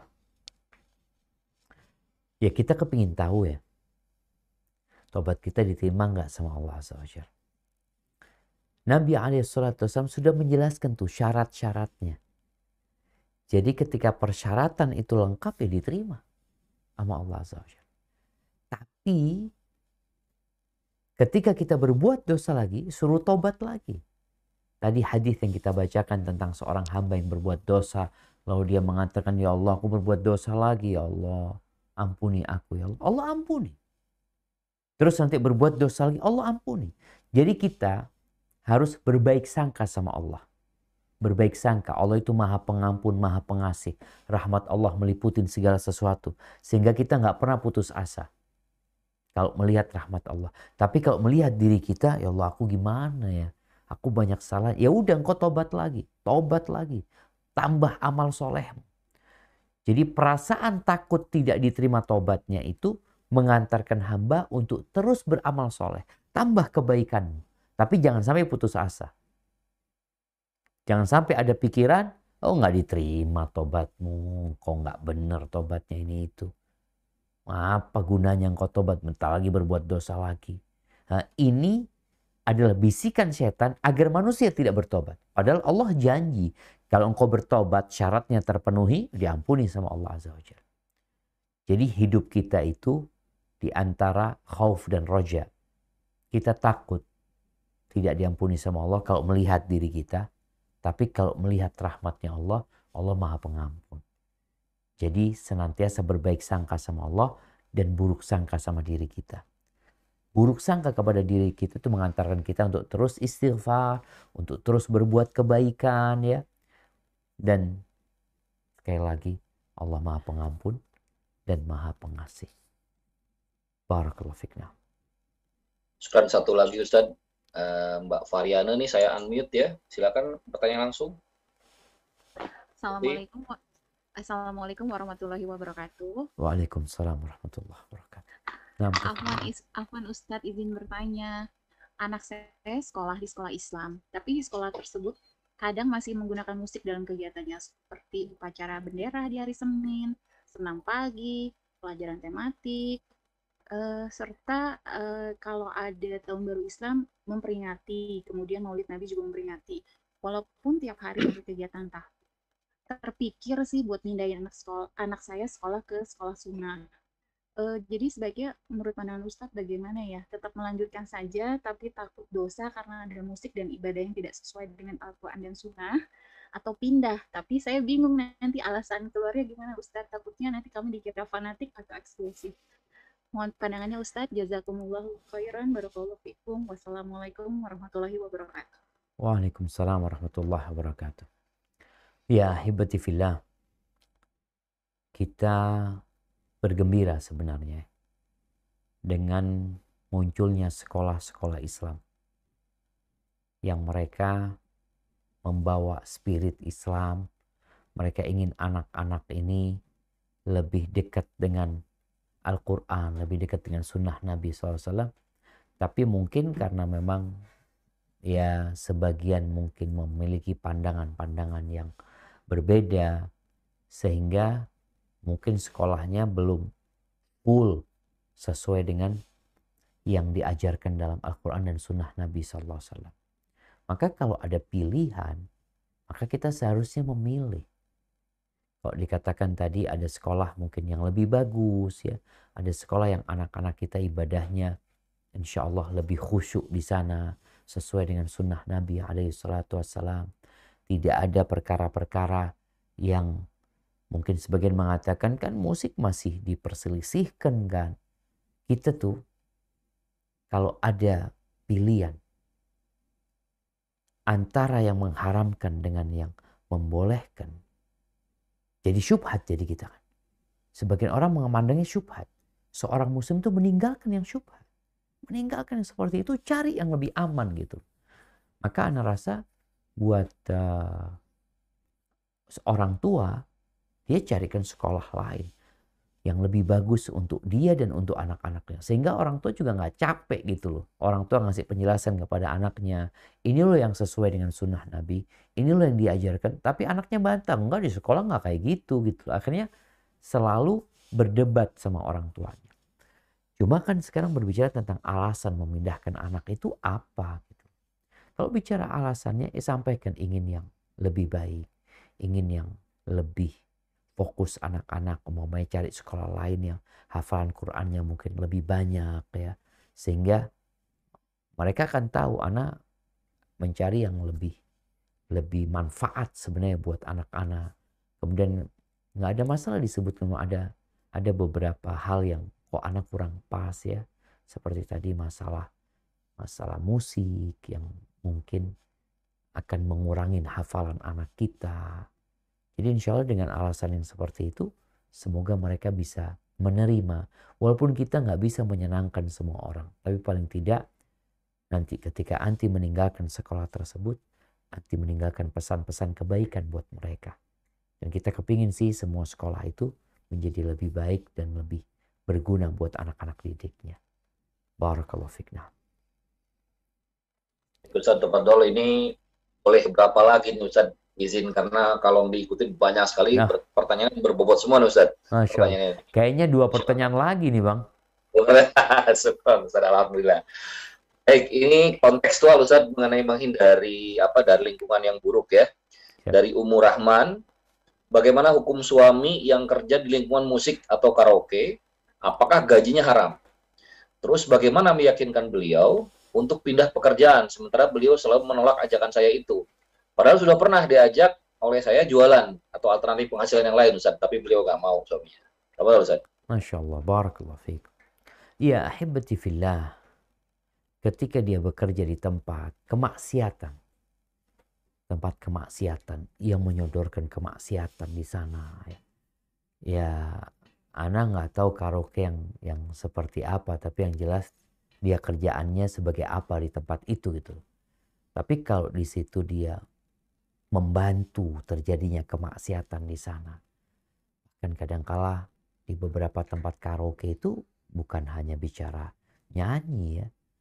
Ya kita kepingin tahu ya, tobat kita diterima nggak sama Allah azza wa jalla. Nabi alaihi salatu wasallam sudah menjelaskan tuh syarat-syaratnya. Jadi ketika persyaratan itu lengkap ya diterima sama Allah azza wa jalla. Tapi ketika kita berbuat dosa lagi, suruh tobat lagi. Tadi hadis yang kita bacakan tentang seorang hamba yang berbuat dosa, lalu dia mengatakan, ya Allah aku berbuat dosa lagi, ya Allah ampuni aku, ya Allah. Allah ampuni. Terus nanti berbuat dosa lagi, Allah ampuni. Jadi kita harus berbaik sangka sama Allah. Berbaik sangka, Allah itu maha pengampun, maha pengasih. Rahmat Allah meliputi segala sesuatu. Sehingga kita nggak pernah putus asa kalau melihat rahmat Allah. Tapi kalau melihat diri kita, ya Allah aku gimana ya? Aku banyak salah. Ya udah engkau tobat lagi. Tobat lagi. Tambah amal solehmu. Jadi perasaan takut tidak diterima tobatnya itu mengantarkan hamba untuk terus beramal soleh. Tambah kebaikanmu. Tapi jangan sampai putus asa. Jangan sampai ada pikiran, oh nggak diterima tobatmu. Kok nggak benar tobatnya ini itu. Apa gunanya engkau tobat? Bentar lagi berbuat dosa lagi. Nah, ini adalah bisikan setan agar manusia tidak bertobat. Padahal Allah janji. Kalau engkau bertobat syaratnya terpenuhi, diampuni sama Allah azza wa jalla. Jadi hidup kita itu di antara khauf dan roja. Kita takut tidak diampuni sama Allah kalau melihat diri kita. Tapi kalau melihat rahmatnya Allah, Allah maha pengampun. Jadi senantiasa berbaik sangka sama Allah dan buruk sangka sama diri kita. Buruk sangka kepada diri kita itu mengantarkan kita untuk terus istighfar, untuk terus berbuat kebaikan ya. Dan sekali lagi Allah maha pengampun dan maha pengasih. Barakallahu fikna. Sekarang satu lagi Ustaz, Mbak Variana nih saya unmute ya. Silakan bertanya langsung. Assalamualaikum. Assalamualaikum warahmatullahi wabarakatuh. Waalaikumsalam warahmatullahi wabarakatuh. Nah, Afwan, Afwan Ustadz izin bertanya. anak saya sekolah di sekolah Islam, tapi di sekolah tersebut kadang masih menggunakan musik dalam kegiatannya seperti upacara bendera di hari Senin, senam pagi, pelajaran tematik, eh, serta eh, kalau ada tahun baru Islam memperingati, kemudian Maulid Nabi juga memperingati. Walaupun tiap hari ada kegiatan tah, terpikir sih buat pindahin anak sekolah, anak saya sekolah ke sekolah sunnah. Eh, jadi sebaiknya menurut pandangan Ustadz bagaimana ya? Tetap melanjutkan saja tapi takut dosa karena ada musik dan ibadah yang tidak sesuai dengan Al-Quran dan Sunnah, atau pindah? Tapi saya bingung nanti alasan keluarnya gimana Ustadz, takutnya nanti kami dikira fanatik atau eksklusif. Mohon pandangannya Ustadz. Jazakumullahu khairan, barakallahu fikum. Wassalamualaikum warahmatullahi wabarakatuh. Waalaikumsalam warahmatullahi wabarakatuh. Ya hibati fillah, kita bergembira sebenarnya dengan munculnya sekolah-sekolah Islam yang mereka membawa spirit Islam. Mereka ingin anak-anak ini lebih dekat dengan Al-Quran, lebih dekat dengan sunnah Nabi shallallahu alaihi wasallam. Tapi mungkin karena memang ya sebagian mungkin memiliki pandangan-pandangan yang berbeda, sehingga mungkin sekolahnya belum full sesuai dengan yang diajarkan dalam Al-Quran dan sunnah Nabi shallallahu alaihi wasallam. Maka kalau ada pilihan, maka kita seharusnya memilih. Kalau dikatakan tadi ada sekolah mungkin yang lebih bagus ya, ada sekolah yang anak-anak kita ibadahnya insya Allah lebih khusyuk di sana sesuai dengan sunnah Nabi alaihi salatu wassalam. Tidak ada perkara-perkara yang mungkin sebagian mengatakan kan musik masih diperselisihkan kan. Kita tuh kalau ada pilihan antara yang mengharamkan dengan yang membolehkan, jadi syubhat jadi kita kan. Sebagian orang memandangnya syubhat. Seorang muslim tuh meninggalkan yang syubhat. Meninggalkan yang seperti itu, cari yang lebih aman gitu. Maka ana rasa buat uh, seorang tua, dia carikan sekolah lain yang lebih bagus untuk dia dan untuk anak-anaknya. Sehingga orang tua juga nggak capek gitu loh. Orang tua ngasih penjelasan kepada anaknya, ini loh yang sesuai dengan sunnah Nabi, ini loh yang diajarkan. Tapi anaknya bantah, enggak di sekolah nggak kayak gitu gitu. Akhirnya selalu berdebat sama orang tuanya. Cuma kan sekarang berbicara tentang alasan memindahkan anak itu apa gitu. Kalau bicara alasannya, ya sampaikan ingin yang lebih baik, ingin yang lebih fokus anak-anak, umpamanya cari sekolah lain yang hafalan Qur'annya mungkin lebih banyak ya, sehingga mereka akan tahu anak mencari yang lebih lebih manfaat sebenarnya buat anak-anak. Kemudian nggak ada masalah disebutkan ada ada beberapa hal yang kok anak kurang pas ya, seperti tadi masalah masalah musik yang mungkin akan mengurangi hafalan anak kita. Jadi insya Allah dengan alasan yang seperti itu, semoga mereka bisa menerima. Walaupun kita nggak bisa menyenangkan semua orang. Tapi paling tidak, nanti ketika anti meninggalkan sekolah tersebut, anti meninggalkan pesan-pesan kebaikan buat mereka. Dan kita kepingin sih semua sekolah itu menjadi lebih baik dan lebih berguna buat anak-anak didiknya. Barakallahu fikna. Ustaz Tafadhol, ini boleh berapa lagi nih Ustaz? Izin karena kalau diikuti banyak sekali nah. Pertanyaan berbobot semua nih Ustaz. Masya Allah. Kayaknya dua pertanyaan lagi nih Bang. Syukur Ustaz, alhamdulillah. Baik, ini kontekstual Ustaz mengenai menghindari apa dari lingkungan yang buruk ya. ya. Dari Ummu Rahman, bagaimana hukum suami yang kerja di lingkungan musik atau karaoke? Apakah gajinya haram? Terus bagaimana meyakinkan beliau untuk pindah pekerjaan sementara beliau selalu menolak ajakan saya itu? Padahal sudah pernah diajak oleh saya jualan atau alternatif penghasilan yang lain Ustaz, tapi beliau nggak mau suaminya. Apa Ustaz? Masya Allah, barakallahu fiik. Ya ahibati fillah, ketika dia bekerja di tempat kemaksiatan, tempat kemaksiatan, yang menyodorkan kemaksiatan di sana, ya, ya ana nggak tahu karaoke yang yang seperti apa, tapi yang jelas dia kerjaannya sebagai apa di tempat itu gitu. Tapi kalau di situ dia membantu terjadinya kemaksiatan di sana. Kan kadangkala di beberapa tempat karaoke itu bukan hanya bicara nyanyi ya, tapi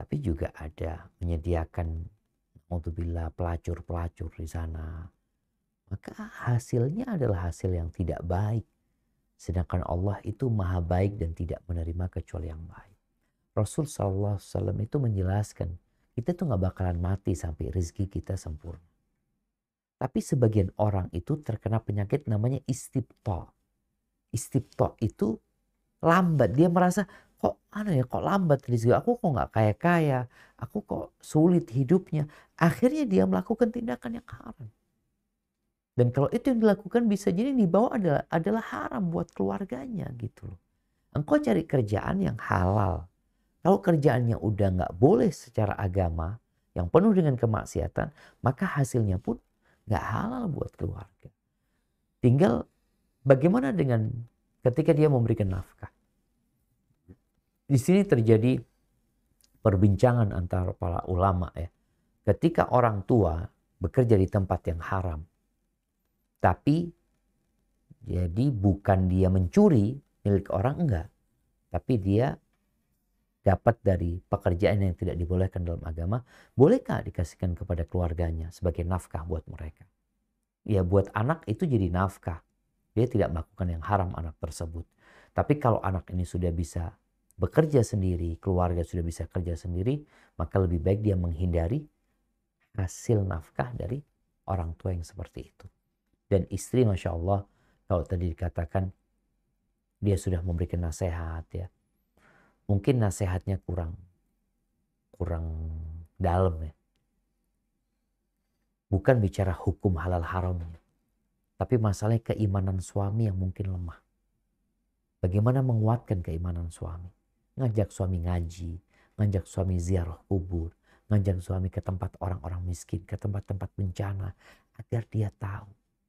tapi juga ada menyediakan naudzubillah pelacur-pelacur di sana. Maka hasilnya adalah hasil yang tidak baik. Sedangkan Allah itu maha baik dan tidak menerima kecuali yang baik. Rasul shallallahu alaihi wasallam itu menjelaskan, kita tuh gak bakalan mati sampai rezeki kita sempurna. Tapi sebagian orang itu terkena penyakit namanya istibta. Istibta itu lambat. Dia merasa, kok aneh ya, kok lambat rezeki aku, kok gak kaya-kaya, aku kok sulit hidupnya. Akhirnya dia melakukan tindakan yang haram. Dan kalau itu yang dilakukan bisa jadi yang dibawa adalah, adalah haram buat keluarganya gitu loh. Engkau cari kerjaan yang halal. Kalau kerjaannya udah nggak boleh secara agama, yang penuh dengan kemaksiatan, maka hasilnya pun nggak halal buat keluarga. Tinggal bagaimana dengan ketika dia memberikan nafkah. Di sini terjadi perbincangan antara para ulama ya. Ketika orang tua bekerja di tempat yang haram, tapi jadi bukan dia mencuri milik orang, enggak. Tapi dia dapat dari pekerjaan yang tidak dibolehkan dalam agama, bolehkah dikasihkan kepada keluarganya sebagai nafkah buat mereka? Ya buat anak itu jadi nafkah. Dia tidak melakukan yang haram anak tersebut. Tapi kalau anak ini sudah bisa bekerja sendiri, keluarga sudah bisa kerja sendiri, maka lebih baik dia menghindari hasil nafkah dari orang tua yang seperti itu. Dan istri Masya Allah, kalau tadi dikatakan dia sudah memberikan nasihat ya. Mungkin nasihatnya kurang kurang dalam ya. Bukan bicara hukum halal haramnya. Tapi masalah keimanan suami yang mungkin lemah. Bagaimana menguatkan keimanan suami. Ngajak suami ngaji, ngajak suami ziarah kubur, ngajak suami ke tempat orang-orang miskin, ke tempat-tempat bencana. Agar dia tahu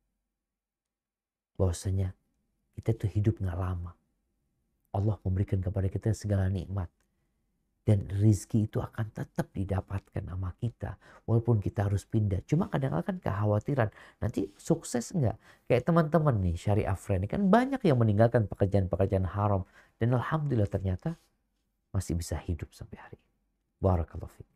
bahwasanya kita itu hidup gak lama. Allah memberikan kepada kita segala nikmat. Dan rizki itu akan tetap didapatkan sama kita. Walaupun kita harus pindah. Cuma kadang-kadang kan kekhawatiran. Nanti sukses enggak? Kayak teman-teman nih Syariah Friend. Kan banyak yang meninggalkan pekerjaan-pekerjaan haram. Dan alhamdulillah ternyata masih bisa hidup sampai hari ini. Barakallahu fiik.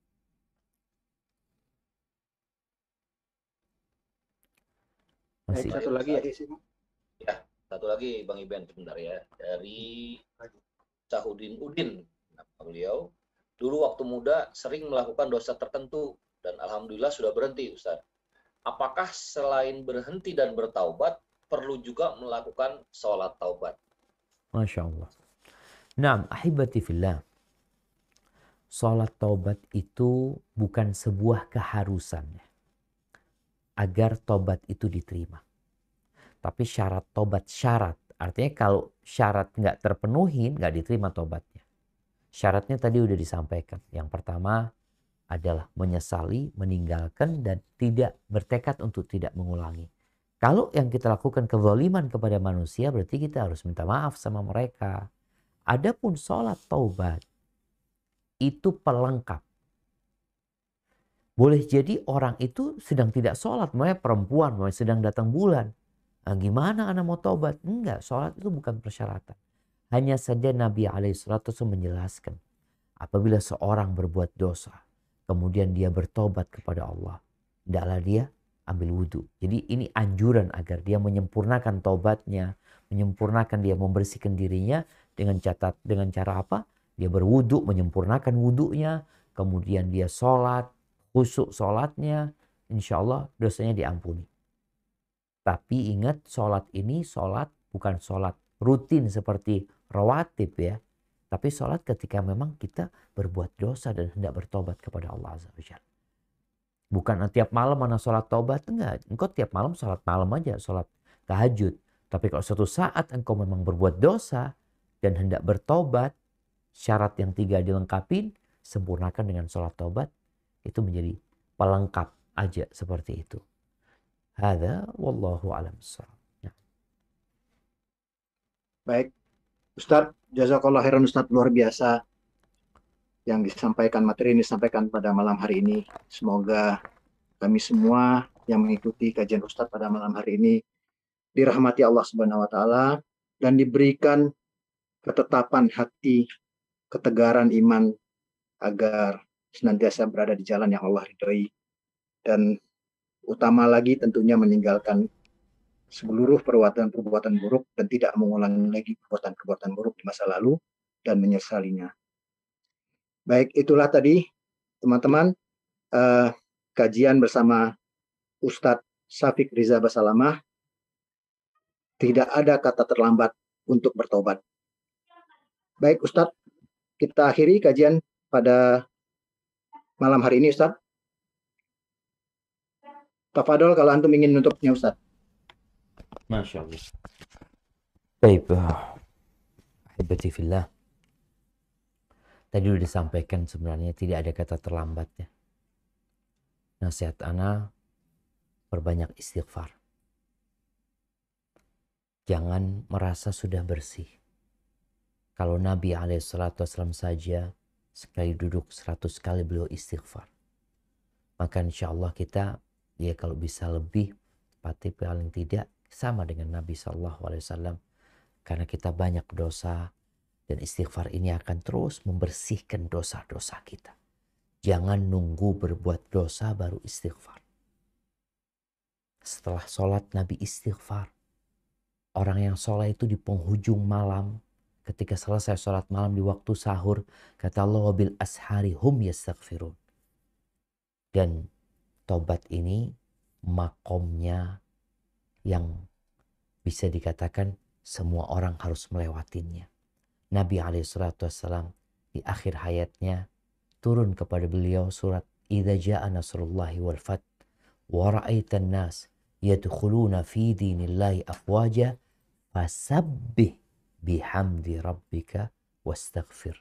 Masih. Baik, satu lagi ya isi. Ya, satu lagi Bang Iben sebentar ya. Dari Sahudin Udin. Nah, beliau dulu waktu muda sering melakukan dosa tertentu dan alhamdulillah sudah berhenti Ustaz. Apakah selain berhenti dan bertaubat perlu juga melakukan sholat taubat? Masya Allah. Naam, ahibati fillah. Sholat taubat itu bukan sebuah keharusan agar tobat itu diterima. Tapi syarat tobat syarat. Artinya kalau syarat nggak terpenuhi, nggak diterima tobatnya. Syaratnya tadi udah disampaikan. Yang pertama adalah menyesali, meninggalkan, dan tidak bertekad untuk tidak mengulangi. Kalau yang kita lakukan kezaliman kepada manusia, berarti kita harus minta maaf sama mereka. Adapun sholat taubat, itu pelengkap. Boleh jadi orang itu sedang tidak sholat, mau perempuan, mau sedang datang bulan. Nah, gimana anak mau taubat? Enggak, sholat itu bukan persyaratan. Hanya saja Nabi alaihi salatu wasallam menjelaskan, apabila seorang berbuat dosa, kemudian dia bertobat kepada Allah, hendaklah dia ambil wudhu. Jadi ini anjuran agar dia menyempurnakan taubatnya, menyempurnakan dia membersihkan dirinya dengan catat dengan cara apa? Dia berwudhu, menyempurnakan wudhunya, kemudian dia sholat, khusyuk sholatnya, insya Allah dosanya diampuni. Tapi ingat sholat ini sholat bukan sholat rutin seperti rawatib ya. Tapi sholat ketika memang kita berbuat dosa dan hendak bertobat kepada Allah Azza wa Jalla. Bukan tiap malam mana sholat taubat, enggak. Engkau tiap malam sholat malam aja, sholat tahajud. Tapi kalau suatu saat engkau memang berbuat dosa dan hendak bertobat, syarat yang tiga dilengkapi, sempurnakan dengan sholat taubat, itu menjadi pelengkap aja seperti itu. Hadza wallahu a'lam bissawab. Baik, Ustadz, jazakallah khairan Ustadz, luar biasa yang disampaikan, materi ini disampaikan pada malam hari ini. Semoga kami semua yang mengikuti kajian Ustadz pada malam hari ini dirahmati Allah Subhanahu wa taala dan diberikan ketetapan hati, ketegaran iman agar senantiasa berada di jalan yang Allah ridhoi, dan utama lagi tentunya meninggalkan seluruh perbuatan-perbuatan buruk dan tidak mengulangi lagi perbuatan-perbuatan buruk di masa lalu dan menyesalinya. Baik, itulah tadi teman-teman uh, kajian bersama Ustadz Syafiq Riza Basalamah. Tidak ada kata terlambat untuk bertobat. Baik Ustadz, kita akhiri kajian pada malam hari ini Ustadz. Tafadol kalau antum ingin menutupnya Ustadz. Masya Allah. Baik, ahibati fillah. Tadi sudah disampaikan sebenarnya tidak ada kata terlambat ya. Nasihat ana, perbanyak istighfar. Jangan merasa sudah bersih. Kalau Nabi alaihi salatu wasallam saja sekali duduk seratus kali beliau istighfar. Maka insya Allah kita ya kalau bisa lebih, pasti paling tidak sama dengan Nabi Sallallahu Alaihi Wasallam. Karena kita banyak dosa dan istighfar ini akan terus membersihkan dosa-dosa kita. Jangan nunggu berbuat dosa baru istighfar. Setelah sholat Nabi istighfar. Orang yang sholat itu di penghujung malam, ketika selesai sholat malam di waktu sahur, kata Allah wabil ashari hum yastaghfirun. Dan tobat ini makomnya yang bisa dikatakan semua orang harus melewatinya. Nabi alaihi salatu wassalam di akhir hayatnya turun kepada beliau surat Idza jaa nasrullahi wal fath wa ra'aitan nas yadkhuluna fi dinillahi afwaja fasabbih bihamdi rabbika wastaghfir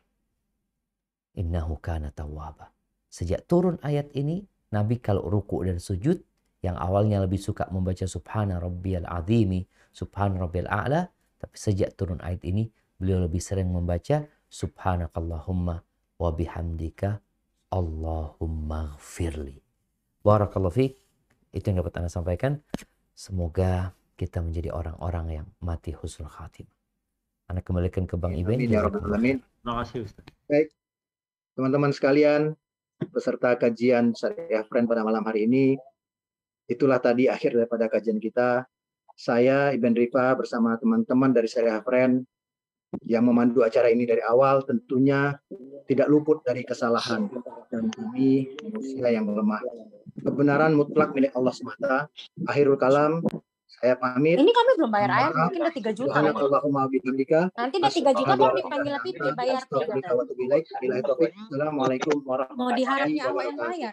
innahu kana tawwaba. Sejak turun ayat ini, Nabi kalau ruku' dan sujud yang awalnya lebih suka membaca subhana rabbiyal azimi, subhana rabbiyal a'la, tapi sejak turun ayat ini beliau lebih sering membaca subhanakallahumma wa bihamdika Allahumma ghfirli. Barakallahu fiik. Itu yang dapat Anda sampaikan. Semoga kita menjadi orang-orang yang mati husnul khatimah. Anda kembalikan ke Bang Iben. Amin ya rabbal alamin. Terima kasih Ustaz. Baik. Teman-teman sekalian, peserta kajian Syariah Friend pada malam hari ini, itulah tadi akhir daripada kajian kita. Saya Iben Rifa bersama teman-teman dari Syariah Friend yang memandu acara ini dari awal tentunya tidak luput dari kesalahan, dan kami manusia yang lemah. Kebenaran mutlak milik Allah semata. Akhirul kalam, saya pamit. Ini kami belum bayar air, mungkin udah tiga juta. Nanti udah tiga juta baru dipanggil Pipi bayar. Assalamualaikum warahmatullahi wabarakatuh. Mau diharapnya awak yang bayar.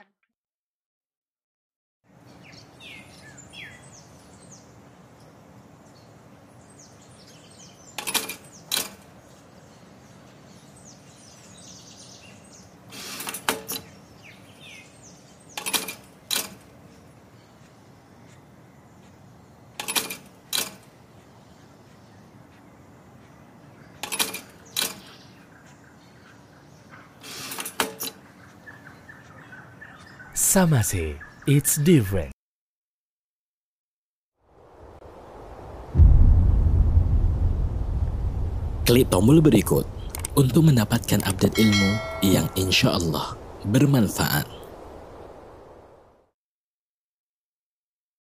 Samase, it's different. Klik tombol berikut untuk mendapatkan update ilmu yang insya Allah bermanfaat.